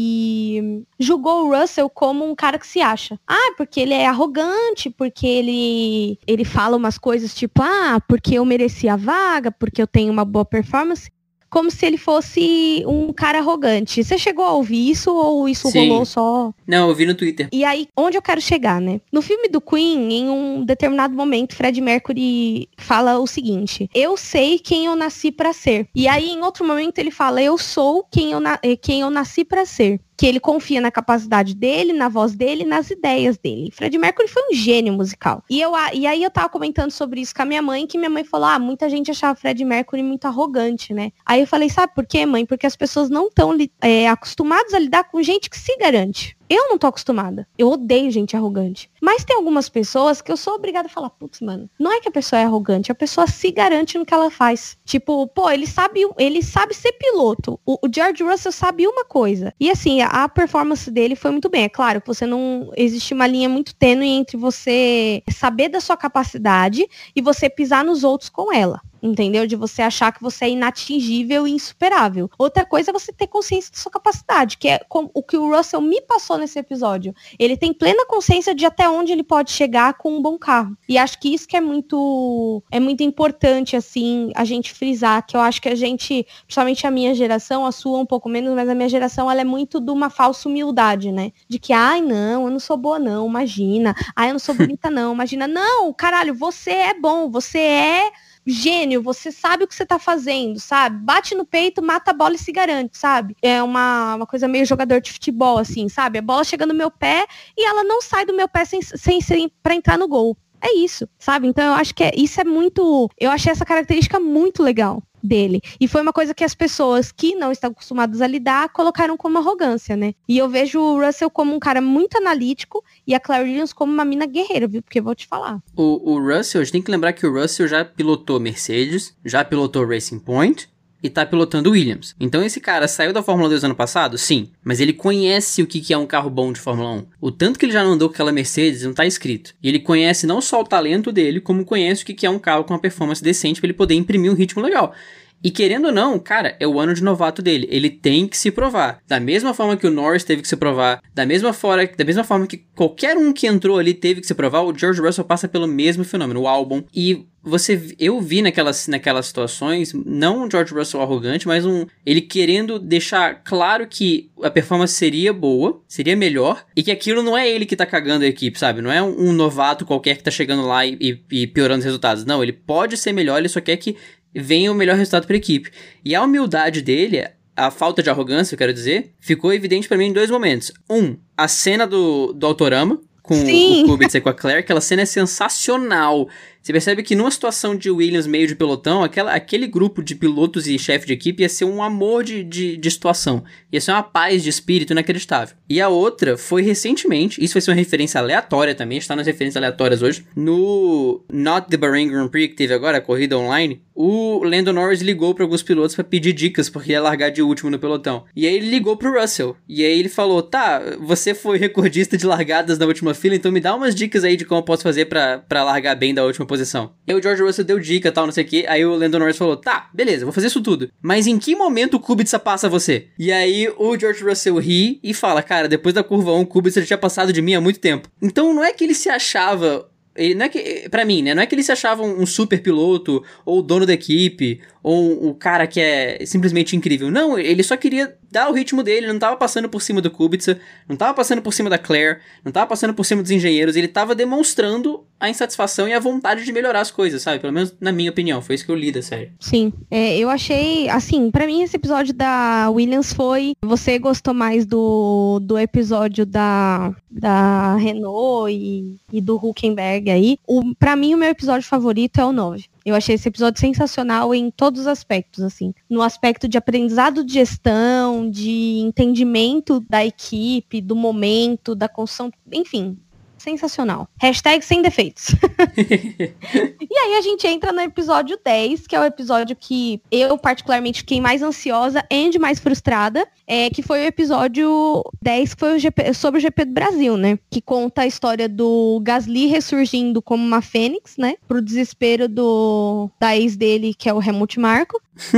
e julgou o Russell como um cara que se acha. Ah, porque ele é arrogante, porque ele, ele fala umas coisas tipo, ah, Ah, porque eu mereci a vaga, porque eu tenho uma boa performance, como se ele fosse um cara arrogante. Você chegou a ouvir isso ou isso Sim. rolou só? Não, eu vi no Twitter. E aí, onde eu quero chegar, né? No filme do Queen, em um determinado momento, Fred Mercury fala o seguinte, eu sei quem eu nasci pra ser. E aí, em outro momento, ele fala, eu sou quem eu, na- quem eu nasci pra ser. Que ele confia na capacidade dele, na voz dele, nas ideias dele. Fred Mercury foi um gênio musical. E, eu, e aí eu tava comentando sobre isso com a minha mãe, que minha mãe falou, ah, muita gente achava Fred Mercury muito arrogante, né? Aí eu falei, sabe por quê, mãe? Porque as pessoas não estão é, acostumadas a lidar com gente que se garante. Eu não tô acostumada. Eu odeio gente arrogante. Mas tem algumas pessoas que eu sou obrigada a falar, putz, mano, não é que a pessoa é arrogante, a pessoa se garante no que ela faz. Tipo, pô, ele sabe, ele sabe ser piloto. O, o George Russell sabe uma coisa. E assim, a, a performance dele foi muito bem. É claro que você não... Existe uma linha muito tênue entre você saber da sua capacidade e você pisar nos outros com ela. Entendeu? De você achar que você é inatingível e insuperável. Outra coisa é você ter consciência da sua capacidade, que é com, o que o Russell me passou nesse episódio. Ele tem plena consciência de até onde ele pode chegar com um bom carro. E acho que isso que é muito, é muito importante, assim, a gente frisar, que eu acho que a gente, principalmente a minha geração, a sua um pouco menos, mas a minha geração, ela é muito de uma falsa humildade, né? De que, ai, não, eu não sou boa não, imagina. Ai, eu não sou bonita não, imagina. Não, caralho, você é bom, você é... gênio, você sabe o que você tá fazendo, sabe? Bate no peito, mata a bola e se garante, sabe? É uma, uma coisa meio jogador de futebol, assim, sabe? A bola chega no meu pé e ela não sai do meu pé sem, sem, sem pra entrar no gol. É isso, sabe? Então eu acho que é, isso é muito... Eu achei essa característica muito legal dele. E foi uma coisa que as pessoas que não estão acostumadas a lidar colocaram como arrogância, né? E eu vejo o Russell como um cara muito analítico e a Claire Williams como uma mina guerreira, viu? Porque eu vou te falar. O, o Russell, a gente tem que lembrar que o Russell já pilotou Mercedes, já pilotou Racing Point e tá pilotando Williams. Então esse cara saiu da Fórmula dois ano passado? Sim. Mas ele conhece o que que é um carro bom de Fórmula um. O tanto que ele já não andou com aquela Mercedes não tá escrito. E ele conhece não só o talento dele, como conhece o que que é um carro com uma performance decente pra ele poder imprimir um ritmo legal. E querendo ou não, cara, é o ano de novato dele. Ele tem que se provar. Da mesma forma que o Norris teve que se provar, da mesma, fora, da mesma forma que qualquer um que entrou ali teve que se provar, o George Russell passa pelo mesmo fenômeno, o Albon. E você, eu vi naquelas, naquelas situações, não um George Russell arrogante, mas um ele querendo deixar claro que a performance seria boa, seria melhor, e que aquilo não é ele que tá cagando a equipe, sabe? Não é um, um novato qualquer que tá chegando lá e, e, e piorando os resultados. Não, ele pode ser melhor, ele só quer que venha o melhor resultado para a equipe. E a humildade dele, a falta de arrogância, eu quero dizer, ficou evidente para mim em dois momentos. Um, a cena do, do Autorama, com Sim. o Kubica e com a Claire, aquela cena é sensacional. Você percebe que numa situação de Williams meio de pelotão, aquela, aquele grupo de pilotos e chefe de equipe ia ser um amor de, de, de situação. Ia ser uma paz de espírito inacreditável. E a outra foi recentemente, isso vai ser uma referência aleatória também, está nas referências aleatórias hoje, no Not the Bahrain Grand Prix que teve agora, a corrida online, o Lando Norris ligou para alguns pilotos para pedir dicas, porque ia largar de último no pelotão. E aí ele ligou pro Russell. E aí ele falou, tá, você foi recordista de largadas na última fila, então me dá umas dicas aí de como eu posso fazer pra, pra largar bem da última posição. E aí o George Russell deu dica e tal, não sei o que. Aí o Lando Norris falou, tá, beleza, vou fazer isso tudo. Mas em que momento o Kubica passa você? E aí o George Russell ri e fala, cara, depois da curva um, o Kubica já tinha passado de mim há muito tempo. Então não é que ele se achava... Ele não é que, pra mim, né? Não é que ele se achava um super piloto, ou o dono da equipe, ou o cara que é simplesmente incrível. Não, ele só queria dar o ritmo dele, ele não tava passando por cima do Kubica, não tava passando por cima da Claire, não tava passando por cima dos engenheiros, ele tava demonstrando a insatisfação e a vontade de melhorar as coisas, sabe? Pelo menos na minha opinião, foi isso que eu li da série. Sim, é, eu achei, assim, pra mim esse episódio da Williams foi, você gostou mais do, do episódio da, da Renault e, e do Huckenberg aí, o, pra mim o meu episódio favorito é o nove. Eu achei esse episódio sensacional em todos os aspectos, assim. No aspecto de aprendizado de gestão, de entendimento da equipe, do momento, da construção, enfim, sensacional. Hashtag sem defeitos. E aí a gente entra no episódio dez, que é o episódio que eu particularmente fiquei mais ansiosa e mais frustrada, é, que foi o episódio dez, que foi o G P, sobre o G P do Brasil, né? Que conta a história do Gasly ressurgindo como uma fênix, né? Pro desespero do, da ex dele, que é o Helmut Marko.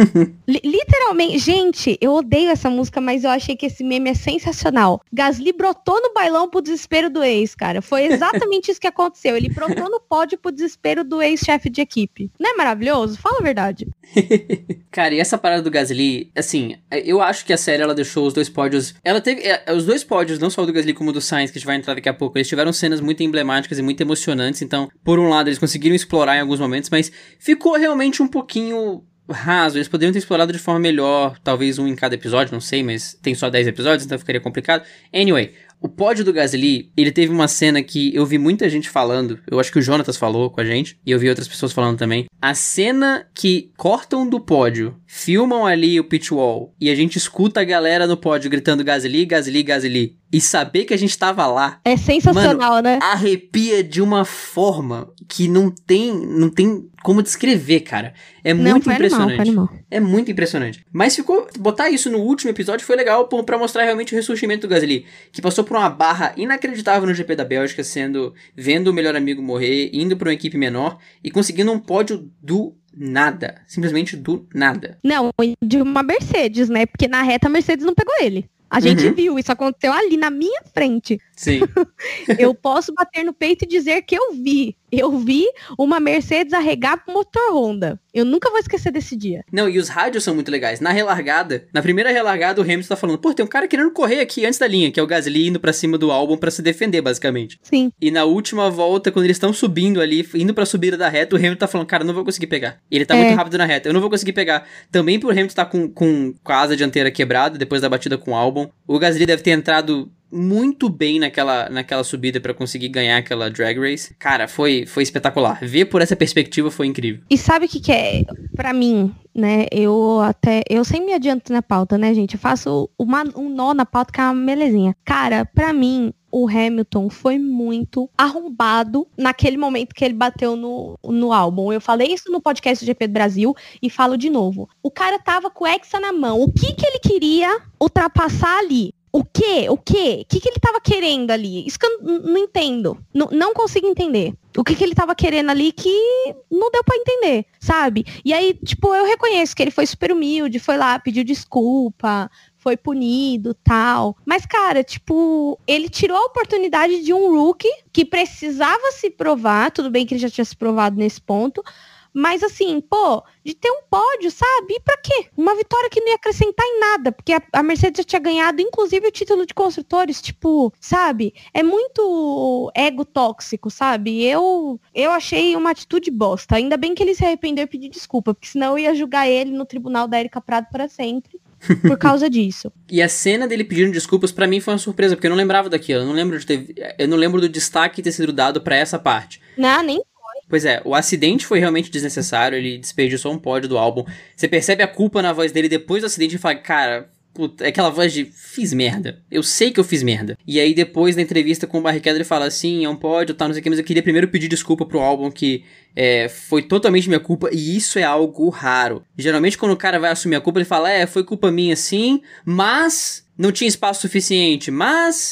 L- literalmente, gente, eu odeio essa música, mas eu achei que esse meme é sensacional. Gasly brotou no bailão pro desespero do ex, cara. Foi exatamente isso que aconteceu. Ele brotou no pódio pro desespero do ex-chefe de equipe. Não é maravilhoso? Fala a verdade. Cara, e essa parada do Gasly, assim, eu acho que a série, ela deixou os dois pódios... Ela teve... É, os dois pódios, não só o do Gasly como o do Sainz, que a gente vai entrar daqui a pouco, eles tiveram cenas muito emblemáticas e muito emocionantes, então, por um lado, eles conseguiram explorar em alguns momentos, mas ficou realmente um pouquinho... raso, eles poderiam ter explorado de forma melhor, talvez um em cada episódio, não sei, mas tem só dez episódios, então ficaria complicado. Anyway, o pódio do Gasly, ele teve uma cena que eu vi muita gente falando, eu acho que o Jonatas falou com a gente, e eu vi outras pessoas falando também. A cena que cortam do pódio, filmam ali o pit wall, e a gente escuta a galera no pódio gritando Gasly, Gasly, Gasly, e saber que a gente tava lá... É sensacional, mano, né? Arrepia de uma forma que não tem, não tem como descrever, cara. É Não, muito foi impressionante. Animal, foi animal. É muito impressionante. Mas ficou... Botar isso no último episódio foi legal pô, pra mostrar realmente o ressurgimento do Gasly, que passou por uma barra inacreditável no G P da Bélgica, sendo... Vendo o melhor amigo morrer, indo pra uma equipe menor e conseguindo um pódio do... nada. Simplesmente do nada. Não, de uma Mercedes, né? Porque na reta a Mercedes não pegou ele. A gente Uhum. viu, isso aconteceu ali na minha frente. Sim. Eu posso bater no peito e dizer que eu vi. Eu vi uma Mercedes arregar pro motor Honda. Eu nunca vou esquecer desse dia. Não, e os rádios são muito legais. Na relargada, na primeira relargada, o Hamilton tá falando, pô, tem um cara querendo correr aqui antes da linha, que é o Gasly indo pra cima do Albon pra se defender, basicamente. Sim. E na última volta, quando eles estão subindo ali, indo pra subida da reta, o Hamilton tá falando, cara, eu não vou conseguir pegar. Ele tá É. muito rápido na reta, eu não vou conseguir pegar. Também por Hamilton tá com, com, com a asa dianteira quebrada, depois da batida com o Albon. O Gasly deve ter entrado muito bem naquela, naquela subida pra conseguir ganhar aquela drag race. Cara, foi, foi espetacular. Ver por essa perspectiva foi incrível. E sabe o que que é? Pra mim, né, eu até... Eu sempre me adianto na pauta, né, gente? Eu faço uma, um nó na pauta que é uma belezinha. Cara, pra mim, o Hamilton foi muito arrombado naquele momento que ele bateu no, no álbum. Eu falei isso no podcast do G P do Brasil e falo de novo. O cara tava com o Hexa na mão. O que que ele queria ultrapassar ali? O quê? O quê? O que que ele tava querendo ali? Isso que eu n- não entendo. N- não consigo entender. O que que ele tava querendo ali que não deu pra entender, sabe? E aí, tipo, eu reconheço que ele foi super humilde, foi lá, pediu desculpa, foi punido, tal. Mas, cara, tipo, ele tirou a oportunidade de um rookie que precisava se provar, tudo bem que ele já tinha se provado nesse ponto, mas assim, pô, de ter um pódio, sabe? E pra quê? Uma vitória que não ia acrescentar em nada, porque a, a Mercedes já tinha ganhado, inclusive, o título de construtores, tipo, sabe? É muito ego tóxico, sabe? Eu, eu achei uma atitude bosta. Ainda bem que ele se arrependeu e pediu desculpa, porque senão eu ia julgar ele no tribunal da Erika Prado para sempre. Por causa disso. E a cena dele pedindo desculpas pra mim foi uma surpresa, porque eu não lembrava daquilo. Eu não lembro de ter, eu não lembro do destaque ter sido dado pra essa parte. Não, nem Pois é, o acidente foi realmente desnecessário, ele desperdiçou um pódio do álbum. Você percebe a culpa na voz dele depois do acidente e fala, cara, puta, é aquela voz de fiz merda. Eu sei que eu fiz merda. E aí depois da entrevista com o Barrichello ele fala assim, é um pódio, tá, não sei o que, mas eu queria primeiro pedir desculpa pro álbum que é, foi totalmente minha culpa e isso é algo raro. Geralmente quando o cara vai assumir a culpa ele fala, é, foi culpa minha sim, mas não tinha espaço suficiente, mas...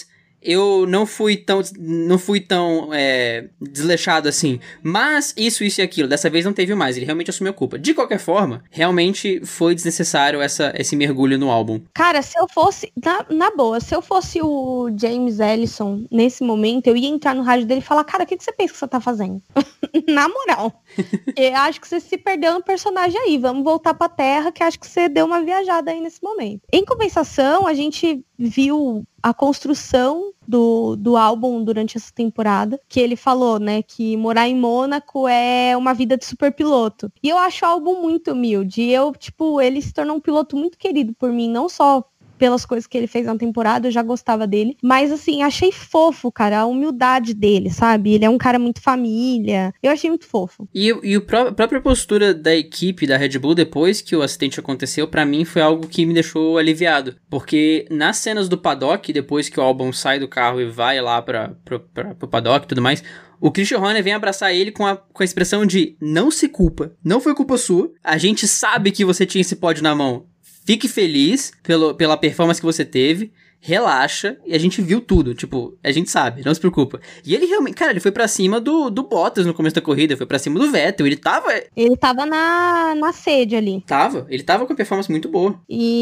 eu não fui tão, não fui tão é, desleixado assim. Mas isso, isso e aquilo, dessa vez não teve mais, ele realmente assumiu a culpa. De qualquer forma, realmente foi desnecessário essa, esse mergulho no álbum. Cara, se eu fosse, na, na boa, se eu fosse o James Ellison nesse momento, eu ia entrar no rádio dele e falar, cara, o que, que você pensa que você tá fazendo? Na moral. Eu acho que você se perdeu no personagem aí, vamos voltar pra terra, que acho que você deu uma viajada aí nesse momento. Em compensação, a gente viu a construção do, do álbum durante essa temporada, que ele falou, né, que morar em Mônaco é uma vida de super piloto. E eu acho o álbum muito humilde. Eu, tipo, ele se tornou um piloto muito querido por mim, não só pelas coisas que ele fez na temporada, eu já gostava dele. Mas, assim, achei fofo, cara, a humildade dele, sabe? Ele é um cara muito família. Eu achei muito fofo. E, e o pró- a própria postura da equipe da Red Bull, depois que o acidente aconteceu, pra mim foi algo que me deixou aliviado. Porque nas cenas do paddock, depois que o Albon sai do carro e vai lá pra, pra, pra, pro paddock e tudo mais, o Christian Horner vem abraçar ele com a, com a expressão de não se culpa, não foi culpa sua, a gente sabe que você tinha esse pódio na mão. Fique feliz pelo, pela performance que você teve, relaxa, e a gente viu tudo, tipo, a gente sabe, não se preocupa. E ele realmente, cara, ele foi pra cima do, do Bottas no começo da corrida, foi pra cima do Vettel, ele tava... Ele tava na, na sede ali. Tava, ele tava com a performance muito boa.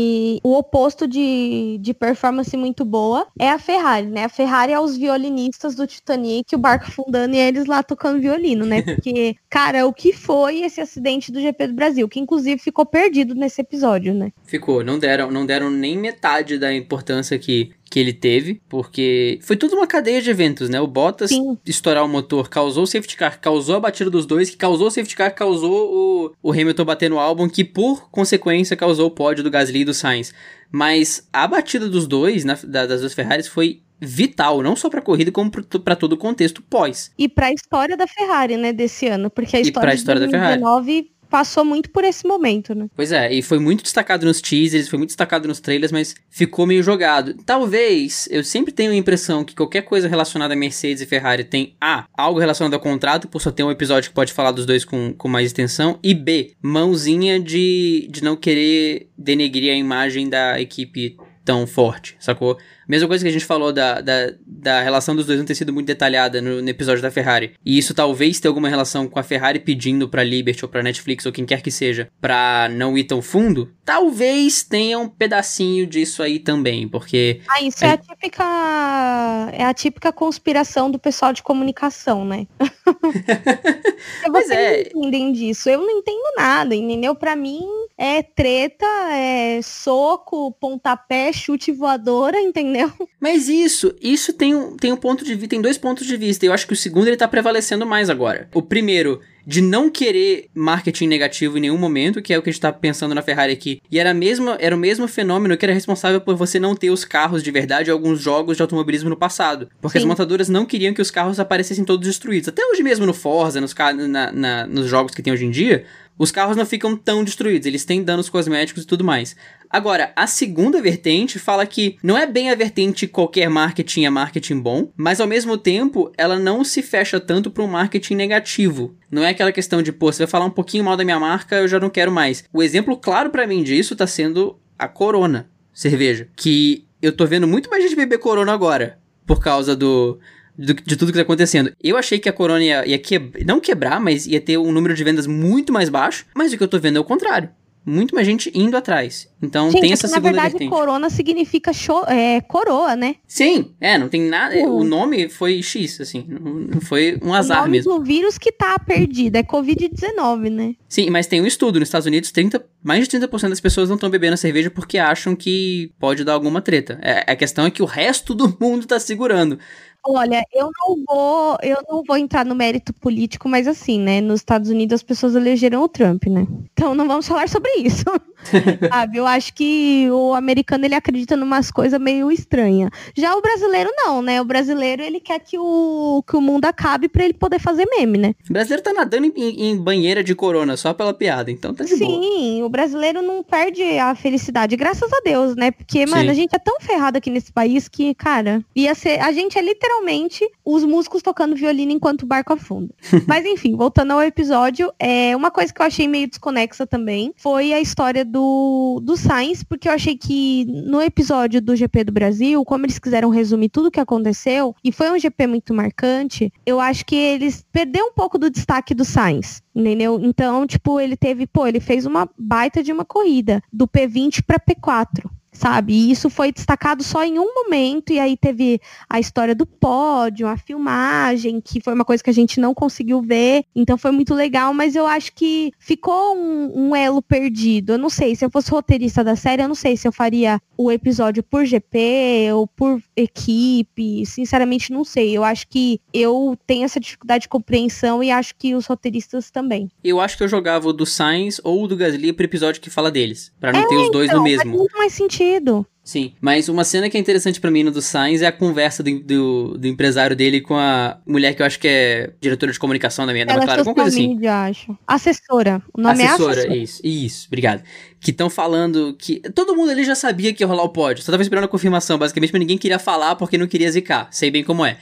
E o oposto de, de performance muito boa é a Ferrari, né? A Ferrari é os violinistas do Titanic, o barco afundando e eles lá tocando violino, né? Porque, cara, o que foi esse acidente do G P do Brasil? Que inclusive ficou perdido nesse episódio, né? Ficou, não deram, não deram nem metade da importância que que ele teve, porque foi tudo uma cadeia de eventos, né? O Bottas Sim. estourar o motor causou o safety car, causou a batida dos dois, que causou o safety car, causou o, o Hamilton bater no Albon, que por consequência causou o pódio do Gasly e do Sainz. Mas a batida dos dois, na, da, das duas Ferraris, foi vital, não só pra corrida, como pra todo o contexto pós. E pra história da Ferrari, né, desse ano, porque a e história, pra história de dois mil e dezenove passou muito por esse momento, né? Pois é, e foi muito destacado nos teasers, foi muito destacado nos trailers, mas ficou meio jogado. Talvez, eu sempre tenho a impressão que qualquer coisa relacionada a Mercedes e Ferrari tem A, algo relacionado ao contrato, por só ter um episódio que pode falar dos dois com, com mais extensão, e B, mãozinha de, de não querer denegrir a imagem da equipe tão forte, sacou? Mesma coisa que a gente falou da, da, da relação dos dois não ter sido muito detalhada no, no episódio da Ferrari. E isso talvez tenha alguma relação com a Ferrari pedindo pra Liberty ou pra Netflix ou quem quer que seja pra não ir tão fundo. Talvez tenha um pedacinho disso aí também, porque... Ah, isso é a típica... É a típica conspiração do pessoal de comunicação, né? Vocês é. não entendem disso. Eu não entendo nada, entendeu? Pra mim é treta, é soco, pontapé, chute voadora, entendeu? Mas isso, isso tem um, tem um ponto de vista, tem dois pontos de vista. Eu acho que o segundo ele tá prevalecendo mais agora. O primeiro, de não querer marketing negativo em nenhum momento, que é o que a gente tá pensando na Ferrari aqui. E era, mesmo, era o mesmo fenômeno que era responsável por você não ter os carros de verdade em alguns jogos de automobilismo no passado. Porque Sim. as montadoras não queriam que os carros aparecessem todos destruídos. Até hoje mesmo no Forza, nos, na, na, nos jogos que tem hoje em dia, os carros não ficam tão destruídos, eles têm danos cosméticos e tudo mais. Agora, a segunda vertente fala que não é bem a vertente qualquer marketing é marketing bom, mas ao mesmo tempo ela não se fecha tanto para um marketing negativo. Não é aquela questão de, pô, você vai falar um pouquinho mal da minha marca, eu já não quero mais. O exemplo claro para mim disso tá sendo a Corona cerveja, que eu tô vendo muito mais gente beber Corona agora, por causa do... de tudo que tá acontecendo. Eu achei que a Corona ia, ia que, não quebrar, mas ia ter um número de vendas muito mais baixo, mas o que eu tô vendo é o contrário. Muito mais gente indo atrás. Então gente, tem essa segunda vertente. Na verdade, vertente. Corona significa show, é, coroa, né? Sim, é, não tem nada... Uhum. O nome foi X, assim, não, não foi um azar o nome mesmo. O vírus que tá perdido é covid dezenove, né? Sim, mas tem um estudo nos Estados Unidos, trinta, mais de trinta por cento das pessoas não estão bebendo a cerveja porque acham que pode dar alguma treta. É, a questão é que o resto do mundo tá segurando. Olha, eu não vou, eu não vou entrar no mérito político, mas assim, né, nos Estados Unidos as pessoas elegeram o Trump, né? Então não vamos falar sobre isso. Sabe, eu acho que o americano ele acredita numas coisas meio estranhas. Já o brasileiro não, né? O brasileiro ele quer que o, que o mundo acabe pra ele poder fazer meme, né? O brasileiro tá nadando em, em banheira de corona só pela piada, então tá de Sim, boa. Sim, o brasileiro não perde a felicidade, graças a Deus, né? Porque, mano, Sim. a gente é tão ferrado aqui nesse país que, cara, ia ser, a gente é literalmente literalmente os músicos tocando violino enquanto o barco afunda. Mas enfim, voltando ao episódio, é, uma coisa que eu achei meio desconexa também foi a história do, do Sainz, porque eu achei que no episódio do G P do Brasil, como eles quiseram resumir tudo o que aconteceu, e foi um G P muito marcante, eu acho que eles perderam um pouco do destaque do Sainz, entendeu? Então, tipo, ele teve, pô, ele fez uma baita de uma corrida, do P vinte para P quatro. Sabe? E isso foi destacado só em um momento, e aí teve a história do pódio, a filmagem, que foi uma coisa que a gente não conseguiu ver, então foi muito legal, mas eu acho que ficou um, um elo perdido. Eu não sei, se eu fosse roteirista da série, eu não sei se eu faria o episódio por G P ou por equipe, sinceramente não sei. Eu acho que eu tenho essa dificuldade de compreensão e acho que os roteiristas também. Eu acho que eu jogava o do Sainz ou o do Gasly pro episódio que fala deles, pra não é, ter os dois então, no mesmo. Faz muito mais sentido. Sim, mas uma cena que é interessante pra mim no do Sainz é a conversa do, do, do empresário dele com a mulher que eu acho que é diretora de comunicação da minha da McLaren, alguma coisa assim. Mídia, acho. Assessora. O nome assessora, é assessora. Isso, isso, obrigado. Que estão falando que... Todo mundo ali já sabia que ia rolar o pódio, só tava esperando a confirmação, basicamente, mas ninguém queria falar porque não queria zicar, sei bem como é.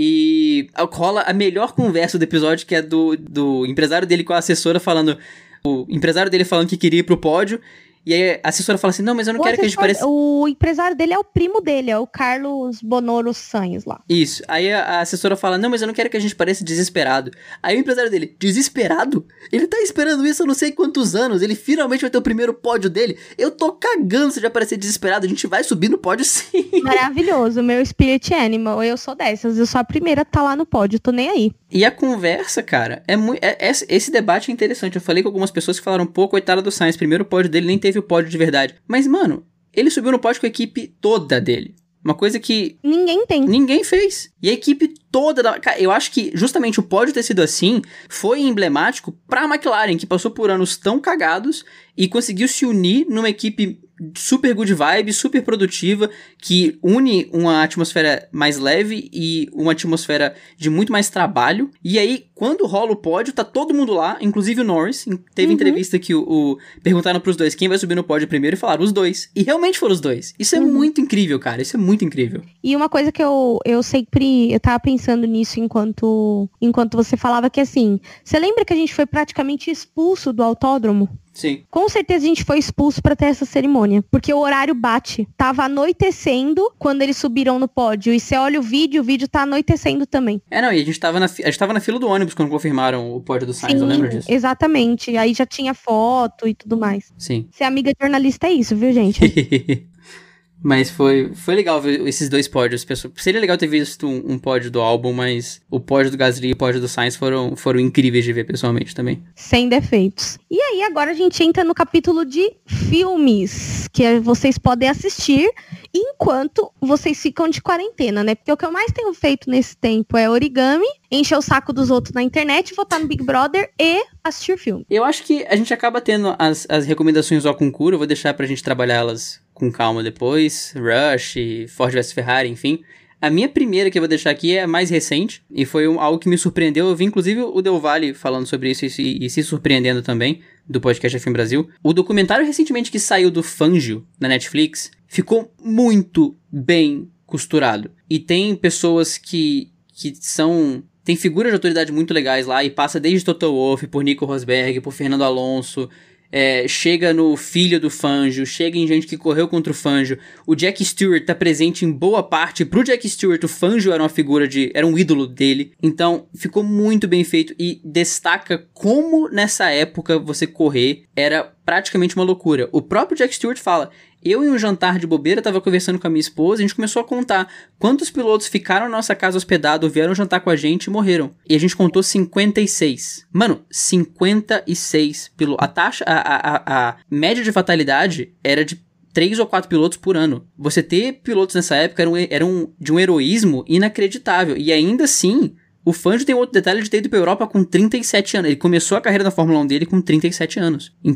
E rola a melhor conversa do episódio, que é do, do empresário dele com a assessora falando... O empresário dele falando que queria ir pro pódio. E aí a assessora fala assim, não, mas eu não o quero que a gente pareça... O empresário dele é o primo dele, é o Carlos Bonoro Sainz lá. Isso. Aí a, a assessora fala, não, mas eu não quero que a gente pareça desesperado. Aí o empresário dele, desesperado? Ele tá esperando isso há não sei quantos anos, ele finalmente vai ter o primeiro pódio dele. Eu tô cagando se já parecer desesperado, a gente vai subir no pódio sim. Maravilhoso, meu spirit animal, eu sou dessas, eu sou a primeira a tá lá no pódio, tô nem aí. E a conversa, cara, é muito... É, é, esse debate é interessante. Eu falei com algumas pessoas que falaram, pô, coitada do Sainz, primeiro pódio dele nem teve o pódio de verdade. Mas, mano, ele subiu no pódio com a equipe toda dele. Uma coisa que... Ninguém tem. Ninguém fez. E a equipe toda... Da... Cara, eu acho que justamente o pódio ter sido assim foi emblemático pra McLaren, que passou por anos tão cagados e conseguiu se unir numa equipe super good vibe, super produtiva, que une uma atmosfera mais leve e uma atmosfera de muito mais trabalho. E aí, quando rola o pódio, tá todo mundo lá, inclusive o Norris. Teve uhum. entrevista que o, o... perguntaram pros dois quem vai subir no pódio primeiro e falaram os dois. E realmente foram os dois. Isso é uhum. muito incrível, cara. Isso é muito incrível. E uma coisa que eu, eu sempre... Eu tava pensando nisso enquanto, enquanto você falava que, assim... Você lembra que a gente foi praticamente expulso do autódromo? Sim. Com certeza a gente foi expulso pra ter essa cerimônia, porque o horário bate. Tava anoitecendo quando eles subiram no pódio, e você olha o vídeo, o vídeo tá anoitecendo também. É, não, e a gente tava na, a gente tava na fila do ônibus quando confirmaram o pódio do Sainz, Sim, eu lembro disso. Exatamente, aí já tinha foto e tudo mais. Sim. Ser amiga de jornalista é isso, viu, gente? Mas foi, foi legal ver esses dois pódios. Seria legal ter visto um, um pódio do álbum, mas o pódio do Gasly e o pódio do Sainz foram, foram incríveis de ver pessoalmente também. Sem defeitos. E aí, agora a gente entra no capítulo de filmes, que vocês podem assistir enquanto vocês ficam de quarentena, né? Porque o que eu mais tenho feito nesse tempo é origami, encher o saco dos outros na internet, votar no Big Brother e assistir filme. Eu acho que a gente acaba tendo as, as recomendações ao concurso, eu vou deixar pra gente trabalhar elas com calma depois, Rush, Ford versus Ferrari, enfim. A minha primeira que eu vou deixar aqui é a mais recente, e foi um, algo que me surpreendeu. Eu vi inclusive o Del Valle falando sobre isso e, e se surpreendendo também, do podcast F um Brasil. O documentário recentemente que saiu do Fangio, na Netflix, ficou muito bem costurado. E tem pessoas que, que são... Tem figuras de autoridade muito legais lá, e passa desde Toto Wolff, por Nico Rosberg, por Fernando Alonso... É, chega no filho do Fangio, chega em gente que correu contra o Fangio. O Jack Stewart tá presente em boa parte. Pro Jack Stewart, o Fangio era uma figura de... era um ídolo dele. Então, ficou muito bem feito e destaca como nessa época você correr era praticamente uma loucura. O próprio Jack Stewart fala... Eu, em um jantar de bobeira, tava conversando com a minha esposa e a gente começou a contar quantos pilotos ficaram na nossa casa hospedados, vieram jantar com a gente e morreram. E a gente contou cinquenta e seis. Mano, cinquenta e seis pilotos. A taxa, a, a, a, a média de fatalidade era de três ou quatro pilotos por ano. Você ter pilotos nessa época era, um, era um, de um heroísmo inacreditável. E ainda assim... O Fangio tem outro detalhe de ter ido pra Europa com trinta e sete anos. Ele começou a carreira na Fórmula um dele com trinta e sete anos. Então,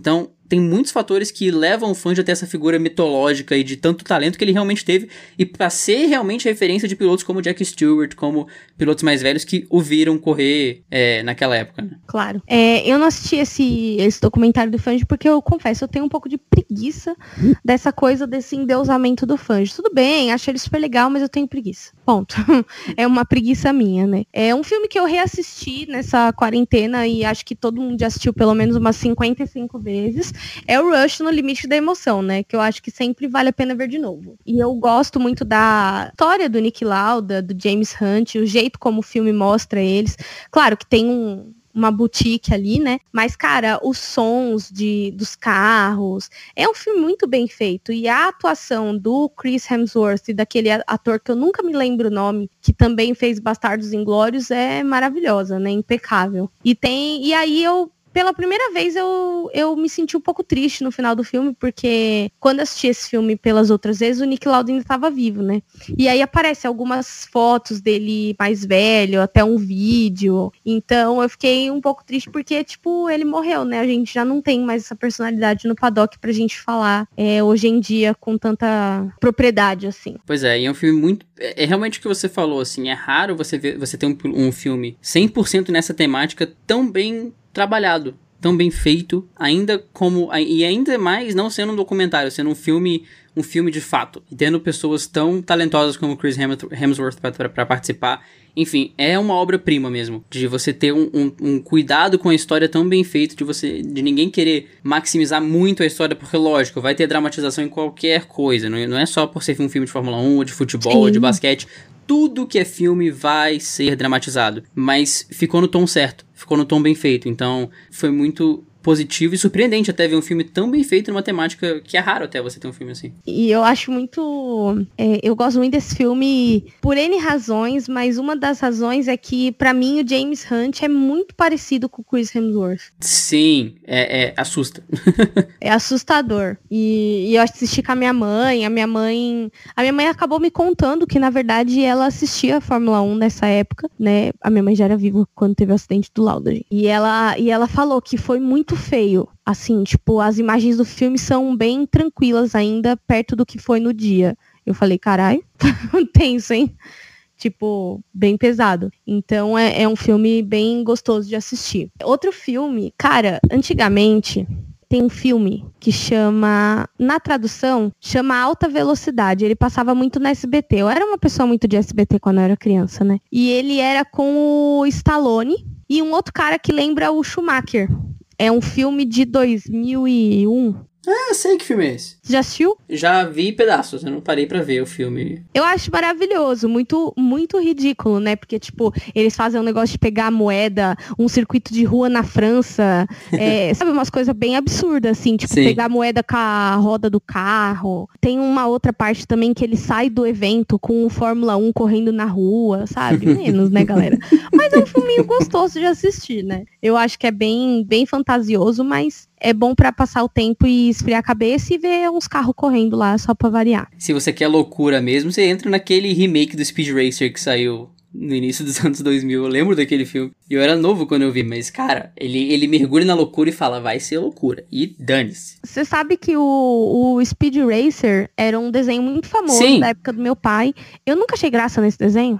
tem muitos fatores que levam o Fangio a ter essa figura mitológica e de tanto talento que ele realmente teve, e pra ser realmente referência de pilotos como Jack Stewart, como pilotos mais velhos que o viram correr é, naquela época, né? Claro. É, eu não assisti esse, esse documentário do Fangio porque eu confesso, eu tenho um pouco de preguiça dessa coisa desse endeusamento do Fangio. Tudo bem, acho ele super legal, mas eu tenho preguiça. Ponto. É uma preguiça minha, né? É um filme que eu reassisti nessa quarentena e acho que todo mundo já assistiu pelo menos umas cinquenta e cinco vezes. É o Rush no Limite da Emoção, né? Que eu acho que sempre vale a pena ver de novo. E eu gosto muito da história do Niki Lauda, do James Hunt, o jeito como o filme mostra eles. Claro que tem um... uma boutique ali, né? Mas, cara, os sons de, dos carros... É um filme muito bem feito. E a atuação do Chris Hemsworth e daquele ator que eu nunca me lembro o nome, que também fez Bastardos Inglórios, é maravilhosa, né? Impecável. E tem... E aí eu... Pela primeira vez eu, eu me senti um pouco triste no final do filme, porque quando eu assisti esse filme pelas outras vezes, o Niki Lauda ainda estava vivo, né? E aí aparecem algumas fotos dele mais velho, até um vídeo. Então eu fiquei um pouco triste porque, tipo, ele morreu, né? A gente já não tem mais essa personalidade no paddock pra gente falar é, hoje em dia com tanta propriedade, assim. Pois é, e é um filme muito... É, é realmente o que você falou, assim, é raro você, ver, você ter um, um filme cem por cento nessa temática tão bem trabalhado, tão bem feito, ainda como e ainda mais não sendo um documentário, sendo um filme, um filme de fato, e tendo pessoas tão talentosas como Chris Hemsworth para participar. Enfim, é uma obra-prima mesmo, de você ter um, um, um cuidado com a história tão bem feito, de você, de ninguém querer maximizar muito a história, porque lógico, vai ter dramatização em qualquer coisa, não é, não é só por ser um filme de Fórmula um, ou de futebol, Sim. ou de basquete. Tudo que é filme vai ser dramatizado, mas ficou no tom certo, ficou no tom bem feito, então foi muito positivo e surpreendente até ver um filme tão bem feito numa temática que é raro até você ter um filme assim. E eu acho muito... É, eu gosto muito desse filme por N razões, mas uma das razões é que, pra mim, o James Hunt é muito parecido com o Chris Hemsworth. Sim, é, é assusta. É assustador. E, e eu assisti com a minha mãe, a minha mãe... A minha mãe acabou me contando que, na verdade, ela assistia a Fórmula um nessa época, né? A minha mãe já era viva quando teve o acidente do Lauda. E ela, e ela falou que foi muito feio, assim, tipo, as imagens do filme são bem tranquilas ainda, perto do que foi no dia. Eu falei, caralho, tenso, hein? Tipo, bem pesado. Então, é, é um filme bem gostoso de assistir. Outro filme, cara, antigamente... Tem um filme que chama, na tradução, chama Alta Velocidade. Ele passava muito na S B T. Eu era uma pessoa muito de S B T quando eu era criança, né? E ele era com o Stallone e um outro cara que lembra o Schumacher. É um filme de dois mil e um. Ah, sei que filme é esse. Já assistiu? Já vi pedaços, eu não parei pra ver o filme. Eu acho maravilhoso, muito, muito ridículo, né? Porque, tipo, eles fazem um negócio de pegar a moeda, um circuito de rua na França, é, sabe, umas coisas bem absurdas, assim, tipo, Sim. pegar a moeda com a roda do carro. Tem uma outra parte também que ele sai do evento com o Fórmula um correndo na rua, sabe? Menos, né, galera? Mas é um filminho gostoso de assistir, né? Eu acho que é bem, bem fantasioso, mas... é bom pra passar o tempo e esfriar a cabeça e ver uns carros correndo lá, só pra variar. Se você quer loucura mesmo, você entra naquele remake do Speed Racer que saiu no início dos anos dois mil. Eu lembro daquele filme. Eu era novo quando eu vi, mas, cara, ele, ele mergulha na loucura e fala, vai ser loucura. E dane-se. Você sabe que o, o Speed Racer era um desenho muito famoso Sim. da época do meu pai. Eu nunca achei graça nesse desenho.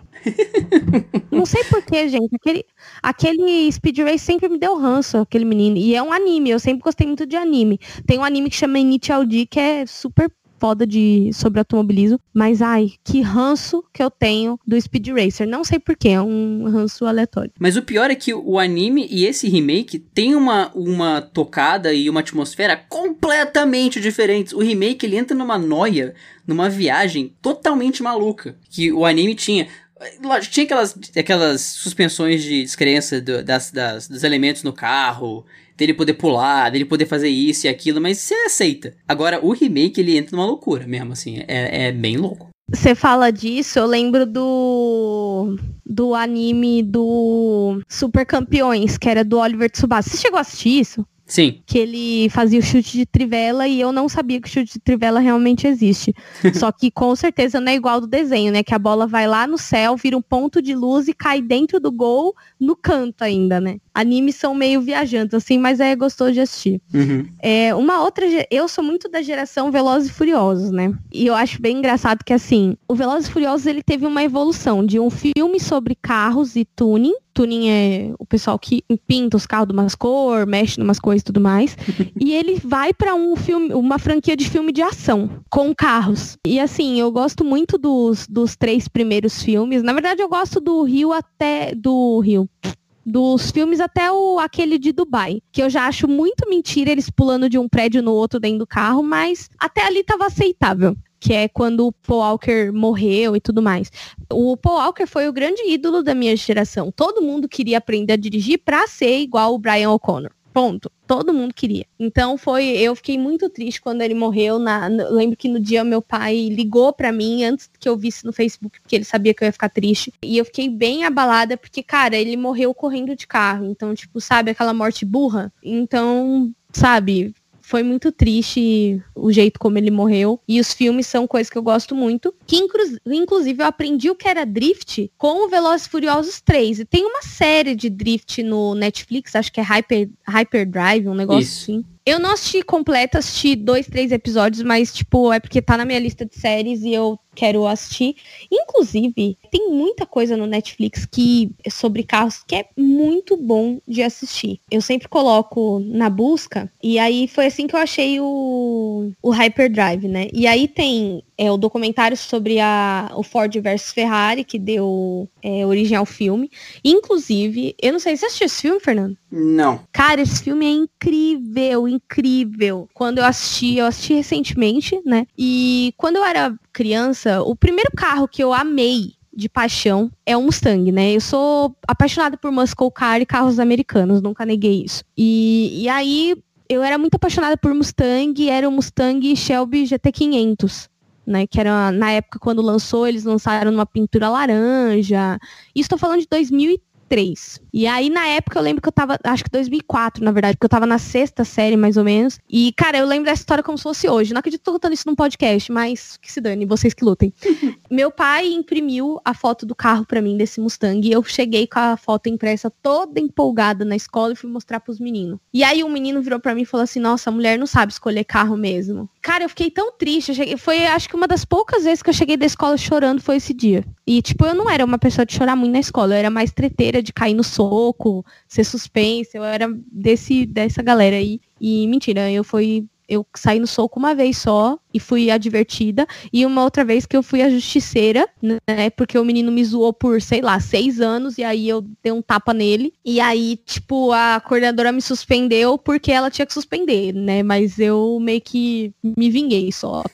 Não sei porquê, gente. Aquele, aquele Speed Racer sempre me deu ranço, aquele menino. E é um anime, eu sempre gostei muito de anime. Tem um anime que chama Initial D, que é super foda de, sobre automobilismo. Mas, ai, que ranço que eu tenho do Speed Racer. Não sei porquê, é um ranço aleatório. Mas o pior é que o anime e esse remake tem uma, uma tocada e uma atmosfera completamente diferentes. O remake, ele entra numa noia, numa viagem totalmente maluca, que o anime tinha... Lógico, tinha aquelas, aquelas suspensões de descrença do, das, das, dos elementos no carro, dele poder pular, dele poder fazer isso e aquilo, mas você aceita. Agora, o remake, ele entra numa loucura mesmo, assim, é, é bem louco. Você fala disso, eu lembro do do anime do Super Campeões, que era do Oliver Tsubasa. Você chegou a assistir isso? Sim. Que ele fazia o chute de trivela e eu não sabia que o chute de trivela realmente existe. Só que com certeza não é igual do desenho, né? Que a bola vai lá no céu, vira um ponto de luz e cai dentro do gol, no canto ainda, né? Animes são meio viajantes, assim, mas é gostoso de assistir. Uhum. É, uma outra... Eu sou muito da geração Velozes e Furiosos, né? E eu acho bem engraçado que, assim, o Velozes e Furiosos, ele teve uma evolução de um filme sobre carros e tuning. Tuning é o pessoal que pinta os carros de umas cores, mexe em umas coisas e tudo mais. E ele vai pra um filme, uma franquia de filme de ação, com carros. E assim, eu gosto muito dos, dos três primeiros filmes. Na verdade, eu gosto do Rio até... Do Rio... Dos filmes até o, aquele de Dubai, que eu já acho muito mentira eles pulando de um prédio no outro dentro do carro, mas até ali tava aceitável. Que é quando o Paul Walker morreu e tudo mais. O Paul Walker foi o grande ídolo da minha geração. Todo mundo queria aprender a dirigir pra ser igual o Brian O'Connor. Ponto. Todo mundo queria. Então foi, eu fiquei muito triste quando ele morreu. Na, no, lembro que no dia meu pai ligou pra mim antes que eu visse no Facebook, porque ele sabia que eu ia ficar triste. E eu fiquei bem abalada, porque, cara, ele morreu correndo de carro. Então, tipo, sabe, aquela morte burra? Então, sabe... Foi muito triste o jeito como ele morreu. E os filmes são coisas que eu gosto muito. Que, inclu- inclusive, eu aprendi o que era drift com o Velozes e Furiosos três. E tem uma série de drift no Netflix, acho que é Hyper, Hyperdrive, um negócio Isso. assim. Eu não assisti completa, assisti dois, três episódios, mas, tipo, é porque tá na minha lista de séries e eu quero assistir. Inclusive, tem muita coisa no Netflix que sobre carros que é muito bom de assistir. Eu sempre coloco na busca, e aí foi assim que eu achei o, o Hyperdrive, né? E aí tem é, o documentário sobre a, o Ford versus Ferrari, que deu é, origem ao filme. Inclusive, eu não sei, você assistiu esse filme, Fernando? Não. Cara, esse filme é incrível, incrível. Quando eu assisti, eu assisti recentemente, né? E quando eu era criança, o primeiro carro que eu amei de paixão é o Mustang, né? Eu sou apaixonada por muscle car e carros americanos, nunca neguei isso. E, e aí, eu era muito apaixonada por Mustang, era o Mustang Shelby G T quinhentos. Né, que era, na época, quando lançou, eles lançaram numa pintura laranja. Isso tô falando de dois mil e três. E aí, na época, eu lembro que eu tava, acho que dois mil e quatro, na verdade, porque eu tava na sexta série, mais ou menos. E, cara, eu lembro dessa história como se fosse hoje. Não acredito que tô contando isso num podcast, mas que se dane, vocês que lutem. Meu pai imprimiu a foto do carro pra mim, desse Mustang, e eu cheguei com a foto impressa toda empolgada na escola e fui mostrar pros meninos. E aí, um menino virou pra mim e falou assim, nossa, a mulher não sabe escolher carro mesmo. Cara, eu fiquei tão triste. Eu cheguei, foi, acho que uma das poucas vezes que eu cheguei da escola chorando foi esse dia. E, tipo, eu não era uma pessoa de chorar muito na escola, eu era mais treteira de cair no soco, ser suspense, eu era desse, dessa galera aí. E mentira, eu fui, eu saí no soco uma vez só e fui a divertida, e uma outra vez que eu fui a justiceira, né, porque o menino me zoou por, sei lá, seis anos, e aí eu dei um tapa nele, e aí, tipo, a coordenadora me suspendeu porque ela tinha que suspender, né, mas eu meio que me vinguei só.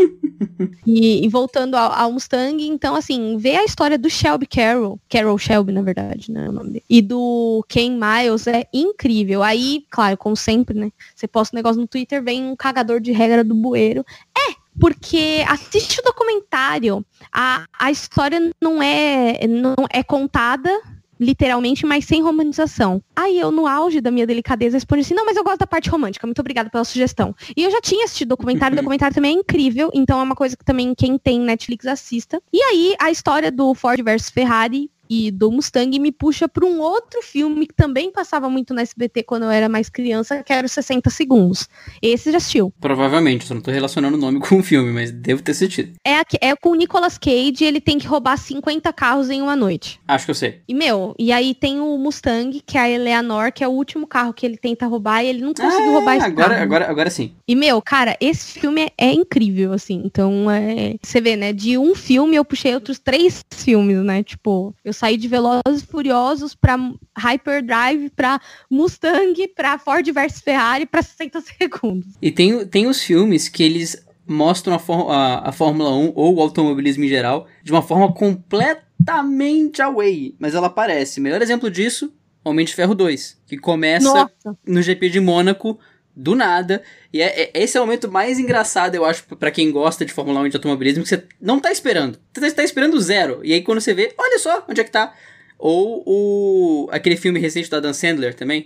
E, e voltando ao, ao Mustang, então, assim, ver a história do Shelby Carroll, Carroll Shelby, na verdade, né, o nome dele, e do Ken Miles é incrível. Aí, claro, como sempre, né, você posta um negócio no Twitter, vem um cagador de regra do bueiro. É, porque assiste o documentário, a, a história não é, não é contada literalmente, mas sem romantização. Aí eu, no auge da minha delicadeza, respondi assim, não, mas eu gosto da parte romântica, muito obrigada pela sugestão. E eu já tinha assistido o documentário, o documentário também é incrível, então é uma coisa que também quem tem Netflix assista. E aí, a história do Ford versus Ferrari e do Mustang me puxa para um outro filme que também passava muito na S B T quando eu era mais criança, que era os sessenta segundos. Esse já assistiu? Provavelmente, só não tô relacionando o nome com o filme, mas devo ter assistido. É, aqui, é com o Nicolas Cage, ele tem que roubar cinquenta carros em uma noite. Acho que eu sei. E, meu, e aí tem o Mustang, que é a Eleanor, que é o último carro que ele tenta roubar, e ele não conseguiu ah, roubar esse agora, carro. Agora, agora sim. E, meu, cara, esse filme é, é incrível, assim. Então, é... você vê, né? De um filme, eu puxei outros três filmes, né? Tipo, eu saí de Velozes e Furiosos pra Hyperdrive, pra Mustang, pra Ford versus Ferrari, pra sessenta segundos. E tem, tem os filmes que eles mostram a, a, a Fórmula um ou o automobilismo em geral de uma forma completamente away, mas ela aparece. Melhor exemplo disso, Homem de Ferro dois, que começa Nossa. no G P de Mônaco do nada, e é, é, esse é o momento mais engraçado, eu acho, pra quem gosta de Fórmula um e de automobilismo, que você não tá esperando. Você tá esperando zero, e aí quando você vê, olha só onde é que tá. Ou o, aquele filme recente do Adam Sandler também,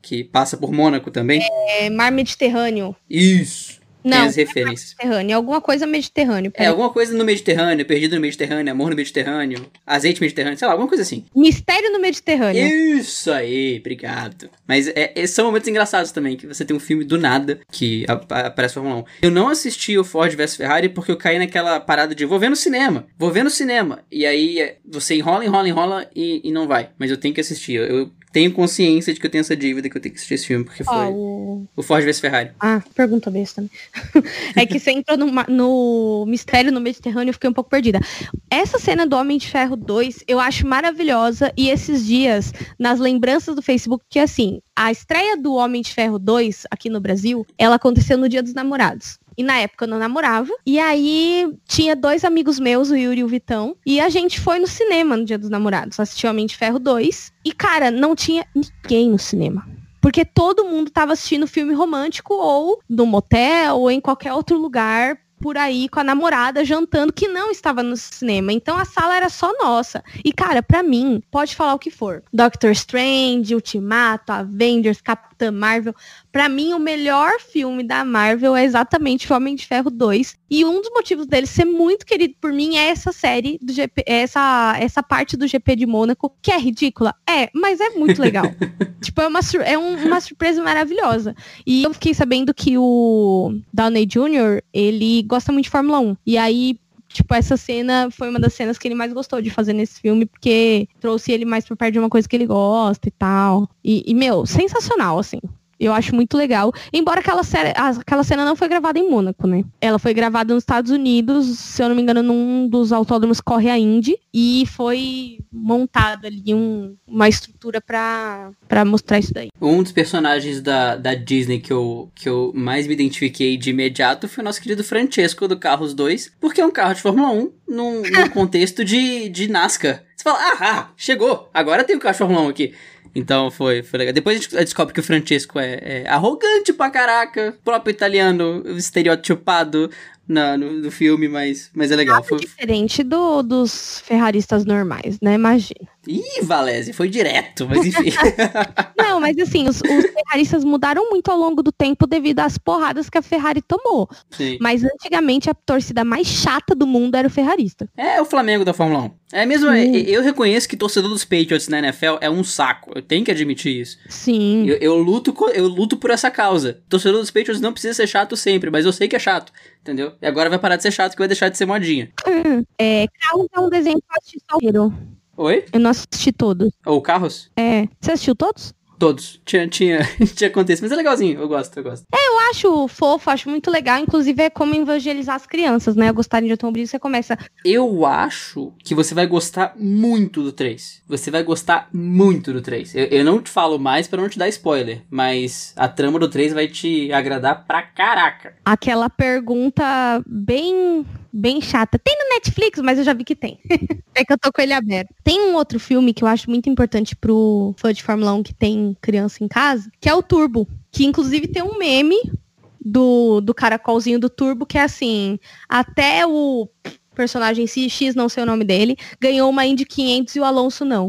que passa por Mônaco também? É Mar Mediterrâneo. Isso. Não, tem as referências. É Mediterrâneo, alguma coisa Mediterrâneo. É, alguma coisa no Mediterrâneo, Perdido no Mediterrâneo, Amor no Mediterrâneo, Azeite Mediterrâneo, sei lá, alguma coisa assim. Mistério no Mediterrâneo. Isso aí, obrigado. Mas é, é, são momentos engraçados também, que você tem um filme do nada que a, a, aparece Fórmula um. Eu não assisti o Ford versus Ferrari porque eu caí naquela parada de vou ver no cinema, vou ver no cinema. E aí você enrola, enrola, enrola e, e não vai. Mas eu tenho que assistir, eu... eu tenho consciência de que eu tenho essa dívida, que eu tenho que assistir esse filme, porque foi oh, o... o Ford versus Ferrari. Ah, pergunta besta também. É que você entrou no, no Mistério no Mediterrâneo, eu fiquei um pouco perdida. Essa cena do Homem de Ferro dois, eu acho maravilhosa, e esses dias, nas lembranças do Facebook, que assim, a estreia do Homem de Ferro dois, aqui no Brasil, ela aconteceu no Dia dos Namorados. E na época eu não namorava. E aí tinha dois amigos meus, o Yuri e o Vitão. E a gente foi no cinema no Dia dos Namorados. Assistiu Homem de Ferro dois. E, cara, não tinha ninguém no cinema. Porque todo mundo tava assistindo filme romântico ou no motel ou em qualquer outro lugar por aí com a namorada jantando que não estava no cinema. Então a sala era só nossa. E, cara, pra mim, pode falar o que for. Doctor Strange, Ultimato, Avengers, Capitã Marvel. Pra mim, o melhor filme da Marvel é exatamente o Homem de Ferro dois. E um dos motivos dele ser muito querido por mim é essa série do G P, essa, essa parte do G P de Mônaco, que é ridícula. É, mas é muito legal. Tipo, é, uma, é um, uma surpresa maravilhosa. E eu fiquei sabendo que o Downey Júnior, ele gosta muito de Fórmula um. E aí, tipo, essa cena foi uma das cenas que ele mais gostou de fazer nesse filme, porque trouxe ele mais pra perto de uma coisa que ele gosta e tal. E, e meu, sensacional, assim. Eu acho muito legal. Embora aquela, série, aquela cena não foi gravada em Mônaco, né? Ela foi gravada nos Estados Unidos, se eu não me engano, num dos autódromos que corre a Indy. E foi montada ali um, uma estrutura pra, pra mostrar isso daí. Um dos personagens da, da Disney que eu, que eu mais me identifiquei de imediato foi o nosso querido Francesco do Carros dois. Porque é um carro de Fórmula um num, num contexto de, de NASCAR. Você fala, ah, ah, chegou, agora tem o carro de Fórmula um aqui. Então foi, foi legal. Depois a gente descobre que o Francesco é, é arrogante pra caraca, próprio italiano, estereotipado na, no, no filme, mas, mas é legal. Foi diferente do, dos ferraristas normais, né? Imagina. Ih, Valese, foi direto, mas enfim. Não, mas assim, os, os ferraristas mudaram muito ao longo do tempo devido às porradas que a Ferrari tomou. Sim. Mas antigamente a torcida mais chata do mundo era o ferrarista. É o Flamengo da Fórmula um. É mesmo, hum. eu reconheço que torcedor dos Patriots na N F L é um saco. Eu tenho que admitir isso. Sim. Eu, eu, luto, eu luto por essa causa. Torcedor dos Patriots não precisa ser chato sempre, mas eu sei que é chato, entendeu? E agora vai parar de ser chato, que vai deixar de ser modinha. Hum, é, Carros é um desenho que eu assisti solteiro. Oi? Eu não assisti todos. Ou Carros? É. Você assistiu todos? Todos. Tinha, tinha, tinha acontecido, mas é legalzinho. Eu gosto, eu gosto. É, eu acho fofo, acho muito legal. Inclusive, é como evangelizar as crianças, né? A gostarem de automobilismo, você começa... Eu acho que você vai gostar muito do três. Você vai gostar muito do três. Eu, eu não te falo mais pra não te dar spoiler, mas a trama do três vai te agradar pra caraca. Aquela pergunta bem... bem chata. Tem no Netflix, mas eu já vi que tem. É que eu tô com ele aberto. Tem um outro filme que eu acho muito importante pro fã de Fórmula um que tem criança em casa, que é o Turbo. Que inclusive tem um meme do, do caracolzinho do Turbo, que é assim, até o personagem X, não sei o nome dele, ganhou uma Indy quinhentos e o Alonso não.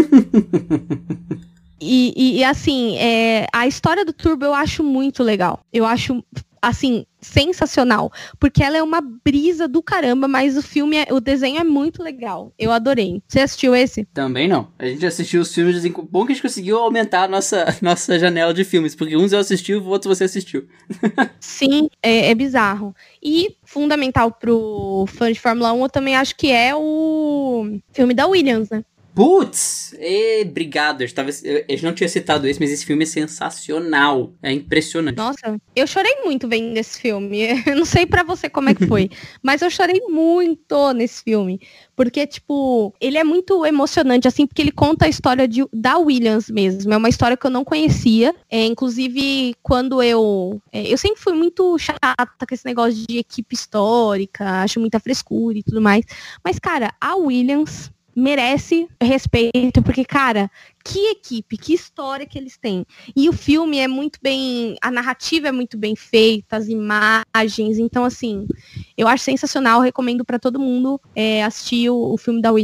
e, e, e assim, é, a história do Turbo eu acho muito legal. Eu acho... assim, sensacional, porque ela é uma brisa do caramba, mas o filme, é, o desenho é muito legal, eu adorei. Você assistiu esse? Também não, a gente assistiu os filmes, bom que a gente conseguiu aumentar a nossa, nossa janela de filmes, porque uns eu assisti e outros você assistiu. Sim, é, é bizarro. E fundamental pro fã de Fórmula um, eu também acho que é o filme da Williams, né? Putz, e, obrigado, eu, tava, eu, eu não tinha citado esse, mas esse filme é sensacional, é impressionante. Nossa, eu chorei muito vendo esse filme, eu não sei pra você como é que foi, mas eu chorei muito nesse filme, porque, tipo, ele é muito emocionante, assim, porque ele conta a história de, da Williams mesmo, é uma história que eu não conhecia, é, inclusive, quando eu, é, eu sempre fui muito chata com esse negócio de equipe histórica, acho muita frescura e tudo mais, mas, cara, a Williams... merece respeito, porque, cara, que equipe, que história que eles têm. E o filme é muito bem, a narrativa é muito bem feita, as imagens, então, assim, eu acho sensacional, recomendo pra todo mundo é, assistir o, o filme da Williams,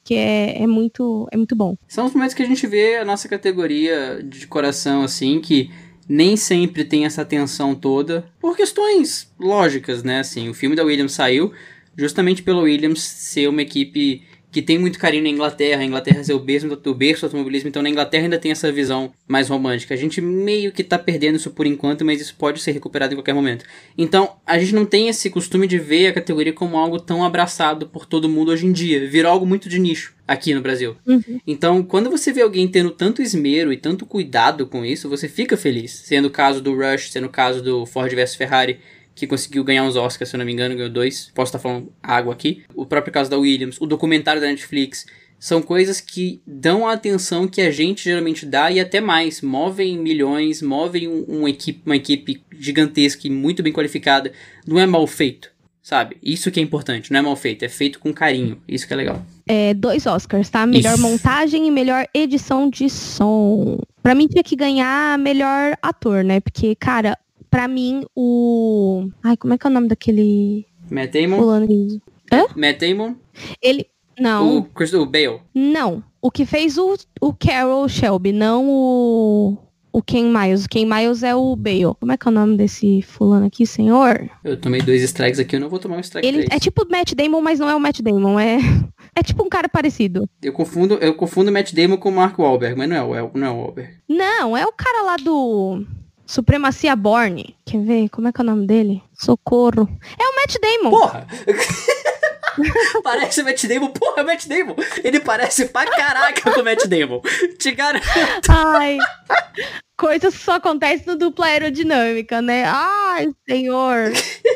porque é, é, muito, é muito bom. São os momentos que a gente vê a nossa categoria de coração, assim, que nem sempre tem essa atenção toda, por questões lógicas, né? Assim, o filme da Williams saiu justamente pela Williams ser uma equipe que tem muito carinho na Inglaterra. A Inglaterra é o berço do berço do automobilismo, então na Inglaterra ainda tem essa visão mais romântica. A gente meio que tá perdendo isso por enquanto, mas isso pode ser recuperado em qualquer momento. Então, a gente não tem esse costume de ver a categoria como algo tão abraçado por todo mundo hoje em dia. Virou algo muito de nicho aqui no Brasil. Uhum. Então, quando você vê alguém tendo tanto esmero e tanto cuidado com isso, você fica feliz. Sendo o caso do Rush, sendo o caso do Ford versus Ferrari, que conseguiu ganhar uns Oscars, se eu não me engano, ganhou dois. Posso estar falando água aqui. O próprio caso da Williams, o documentário da Netflix. São coisas que dão a atenção que a gente geralmente dá e até mais. Movem milhões, movem um, um equipe, uma equipe gigantesca e muito bem qualificada. Não é mal feito, sabe? Isso que é importante, não é mal feito. É feito com carinho. Isso que é legal. É, dois Oscars, tá? Melhor Isso. montagem e melhor edição de som. Pra mim tinha que ganhar melhor ator, né? Porque, cara... Pra mim, o... Ai, como é que é o nome daquele... Matt Damon? Fulano que... Hã? Matt Damon? Ele... Não. O, Chris, o Bale? Não. O que fez o, o Carroll Shelby, não o... O Ken Miles. O Ken Miles é o Bale. Como é que é o nome desse fulano aqui, senhor? Eu tomei dois strikes aqui, eu não vou tomar um strike Ele três. é tipo o Matt Damon, mas não é o Matt Damon. É... É tipo um cara parecido. Eu confundo, eu confundo Matt Damon com o Mark Wahlberg, mas não é o, não é o Wahlberg. Não, é o cara lá do... Supremacia Born. Quer ver? Como é que é o nome dele? Socorro. É o Matt Damon. Porra! Parece o Matt Damon. Porra, é o Matt Damon. Ele parece pra caraca com o Matt Damon. Te garanto. Ai. Coisas que só acontecem no dupla aerodinâmica, né? Ai, senhor.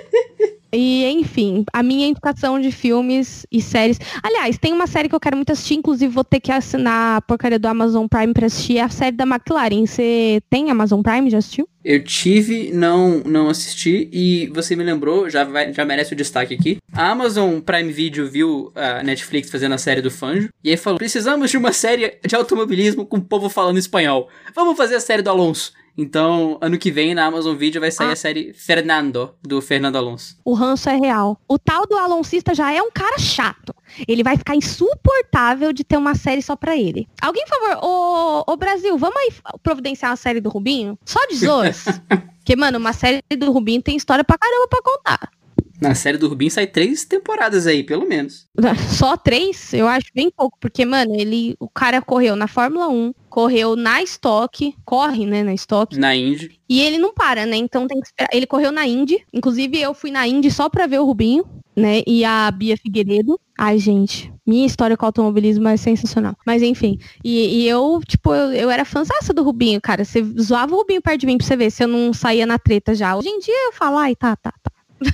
E, enfim, a minha indicação de filmes e séries... Aliás, tem uma série que eu quero muito assistir, inclusive vou ter que assinar a porcaria do Amazon Prime pra assistir, é a série da McLaren. Você tem Amazon Prime? Já assistiu? Eu tive, não, não assisti, e você me lembrou, já, vai, já merece o destaque aqui. A Amazon Prime Video viu a Netflix fazendo a série do Fangio, e aí falou, precisamos de uma série de automobilismo com o povo falando espanhol. Vamos fazer a série do Alonso. Então, ano que vem, na Amazon Video, vai sair ah. a série Fernando, do Fernando Alonso. O ranço é real. O tal do aloncista já é um cara chato. Ele vai ficar insuportável de ter uma série só pra ele. Alguém, por favor, ô, ô Brasil, vamos aí providenciar uma série do Rubinho? Só de zoas. Porque, mano, uma série do Rubinho tem história pra caramba pra contar. Na série do Rubinho sai três temporadas aí, pelo menos. Só três? Eu acho bem pouco, porque, mano, ele, o cara correu na Fórmula um, correu na Stock, corre, né, na Stock. Na Indy. E ele não para, né, então tem que esperar. Ele correu na Indy, inclusive eu fui na Indy só pra ver o Rubinho, né, e a Bia Figueiredo. Ai, gente, minha história com o automobilismo é sensacional. Mas, enfim, e, e eu, tipo, eu, eu era fãzaça do Rubinho, cara. Você zoava o Rubinho perto de mim pra você ver se eu não saía na treta já. Hoje em dia eu falo, ai, tá, tá, tá.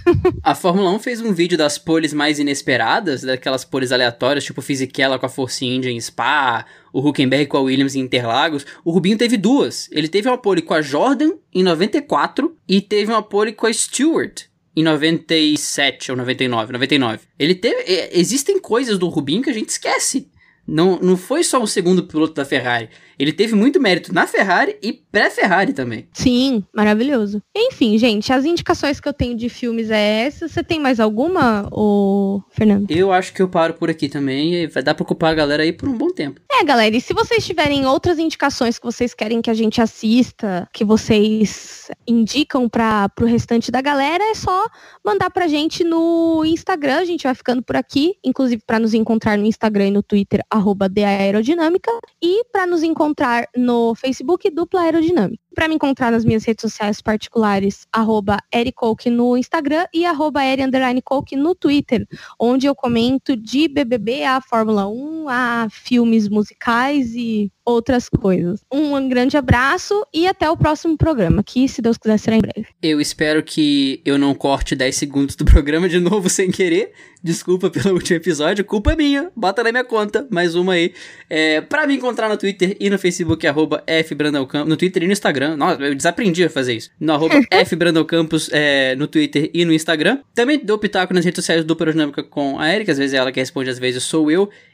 A Fórmula um fez um vídeo das poles mais inesperadas, daquelas poles aleatórias, tipo o Fisichella com a Force India em Spa, o Hülkenberg com a Williams em Interlagos. O Rubinho teve duas. Ele teve uma pole com a Jordan em noventa e quatro e teve uma pole com a Stewart em noventa e sete ou noventa e nove, noventa e nove. Ele teve... Existem coisas do Rubinho que a gente esquece. Não, não foi só o segundo piloto da Ferrari. Ele teve muito mérito na Ferrari e pré-Ferrari também. Sim, maravilhoso. Enfim, gente, as indicações que eu tenho de filmes é essa. Você tem mais alguma, ô, Fernando? Eu acho que eu paro por aqui também e vai dar pra ocupar a galera aí por um bom tempo. É, galera, e se vocês tiverem outras indicações que vocês querem que a gente assista, que vocês indicam para pro restante da galera, é só mandar pra gente no Instagram. A gente vai ficando por aqui, inclusive para nos encontrar no Instagram e no Twitter, arroba D Aerodinâmica, e para nos encontrar no Facebook, Dupla Aerodinâmica. Para me encontrar nas minhas redes sociais particulares, arroba ericoke no Instagram e arroba eri underline coke no Twitter, onde eu comento de B B B a Fórmula um, a filmes musicais e outras coisas. Um grande abraço e até o próximo programa, que, se Deus quiser, será em breve. Eu espero que eu não corte dez segundos do programa de novo sem querer. Desculpa pelo último episódio, culpa minha. Bota na minha conta, mais uma aí. É, pra me encontrar no Twitter e no Facebook, arroba fbrandalcampos, no Twitter e no Instagram. Nossa, eu desaprendi a fazer isso. No arroba fbrandalcampos, é, no Twitter e no Instagram. Também dou pitaco nas redes sociais do Dupla Aerodinâmica com a Erika. Às vezes é ela que responde, às vezes sou eu.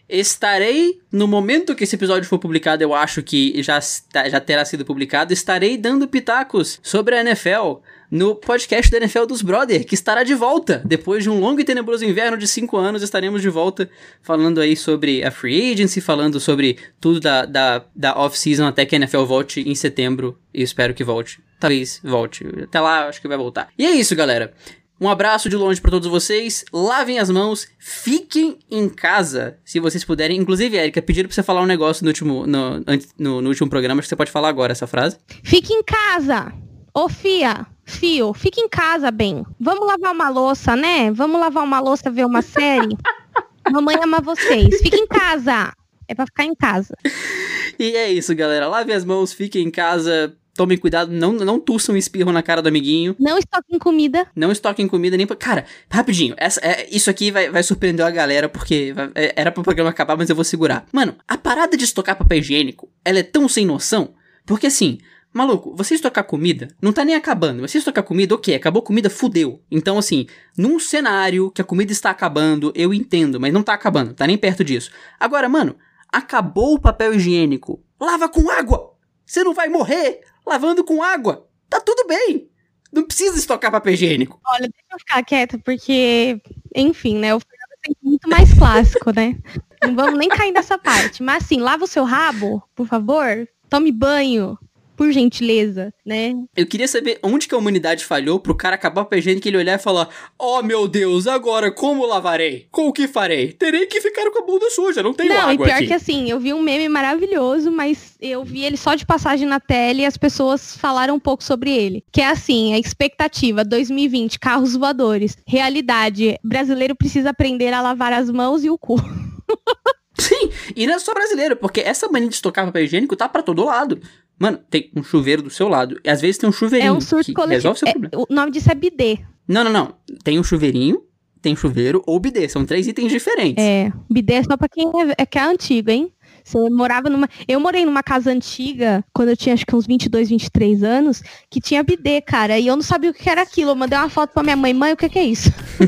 estarei, no momento que esse episódio for publicado, eu acho que já, já terá sido publicado, estarei dando pitacos sobre a N F L no podcast da N F L dos Brother, que estará de volta. Depois de um longo e tenebroso inverno de cinco anos, estaremos de volta falando aí sobre a Free Agency, falando sobre tudo da, da, da off-season até que a N F L volte em setembro, e espero que volte. Talvez volte. Até lá, acho que vai voltar. E é isso, galera. Um abraço de longe pra todos vocês, lavem as mãos, fiquem em casa, se vocês puderem. Inclusive, Erika, pediram pra você falar um negócio no último, no, no, no último programa, acho que você pode falar agora essa frase. Fique em casa! Ô, fia, fio, fique em casa, bem. Vamos lavar uma louça, né? Vamos lavar uma louça, ver uma série? Mamãe ama vocês. Fique em casa! É pra ficar em casa. E é isso, galera. Lavem as mãos, fiquem em casa. Tomem cuidado, não, não tussam e espirram na cara do amiguinho. Não estoquem comida. Não estoquem comida nem pra... Cara, rapidinho, essa, é, isso aqui vai, vai surpreender a galera, porque vai, é, era pro programa acabar, mas eu vou segurar. Mano, a parada de estocar papel higiênico, ela é tão sem noção, porque assim, maluco, você estocar comida, não tá nem acabando. Você estocar comida, ok, acabou a comida, fudeu. Então assim, num cenário que a comida está acabando, eu entendo, mas não tá acabando, tá nem perto disso. Agora, mano, acabou o papel higiênico, lava com água! Você não vai morrer lavando com água. Tá tudo bem. Não precisa estocar papel higiênico. Olha, deixa eu ficar quieta, porque, enfim, né? O Fernando é sempre muito mais clássico, né? Não vamos nem cair nessa parte. Mas assim, lava o seu rabo, por favor. Tome banho, por gentileza, né? Eu queria saber onde que a humanidade falhou pro cara acabar o papel higiênico e ele olhar e falar: oh, meu Deus, agora como lavarei? Com o que farei? Terei que ficar com a bunda suja, não tenho não, água aqui. Não, e pior aqui. que assim, eu vi um meme maravilhoso, mas eu vi ele só de passagem na tela e as pessoas falaram um pouco sobre ele. Que é assim, a expectativa, dois mil e vinte, carros voadores. Realidade, brasileiro precisa aprender a lavar as mãos e o cu. Sim, e não é só brasileiro, porque essa mania de estocar papel higiênico tá pra todo lado. Mano, tem um chuveiro do seu lado. E às vezes tem um chuveirinho. É um surto que coletivo. Resolve o seu É, problema. o nome disso é bidê. Não, não, não. Tem um chuveirinho, tem chuveiro ou bidê. São três itens diferentes. É, bidê é só pra quem é, é, que é antigo, hein? Você morava numa... Eu morei numa casa antiga, quando eu tinha acho que uns vinte e dois, vinte e três anos, que tinha bidê, cara. E eu não sabia o que era aquilo. Eu mandei uma foto pra minha mãe. Mãe, o que, que é isso?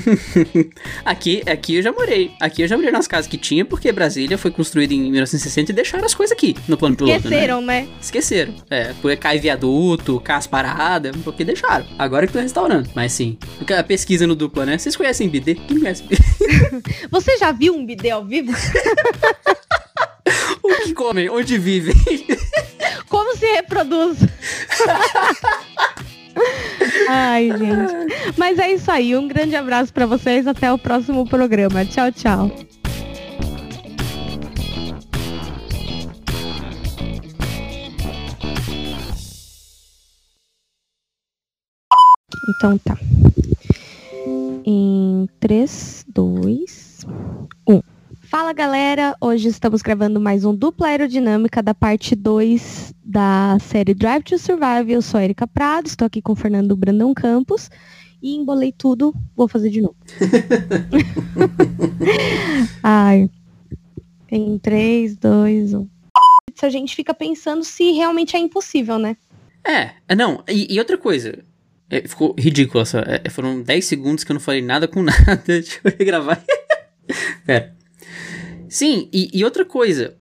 aqui, aqui eu já morei. Aqui eu já morei nas casas que tinha, porque Brasília foi construída em mil novecentos e sessenta e deixaram as coisas aqui, no plano piloto, né? Esqueceram, né? Esqueceram. É, foi cai viaduto, cai as paradas, porque deixaram. Agora que tô restaurando. Mas sim. A pesquisa no Dupla, né? Vocês conhecem bidê? Quem conhece bidê? Você já viu um bidê ao vivo? O que comem? Onde vivem? Como se reproduz? Ai, gente. Mas é isso aí. Um grande abraço pra vocês. Até o próximo programa. Tchau, tchau. Então tá. Em três, dois, um. Fala, galera! Hoje estamos gravando mais um Dupla Aerodinâmica da parte dois da série Drive to Survive. Eu sou a Erika Prado, estou aqui com o Fernando Brandão Campos e embolei tudo, vou fazer de novo. Ai. Em três, dois, um. A gente fica pensando se realmente é impossível, né? É, não, e, e outra coisa, é, ficou ridículo essa, é, foram dez segundos que eu não falei nada com nada, deixa eu regravar. Pera. Sim, e, e outra coisa,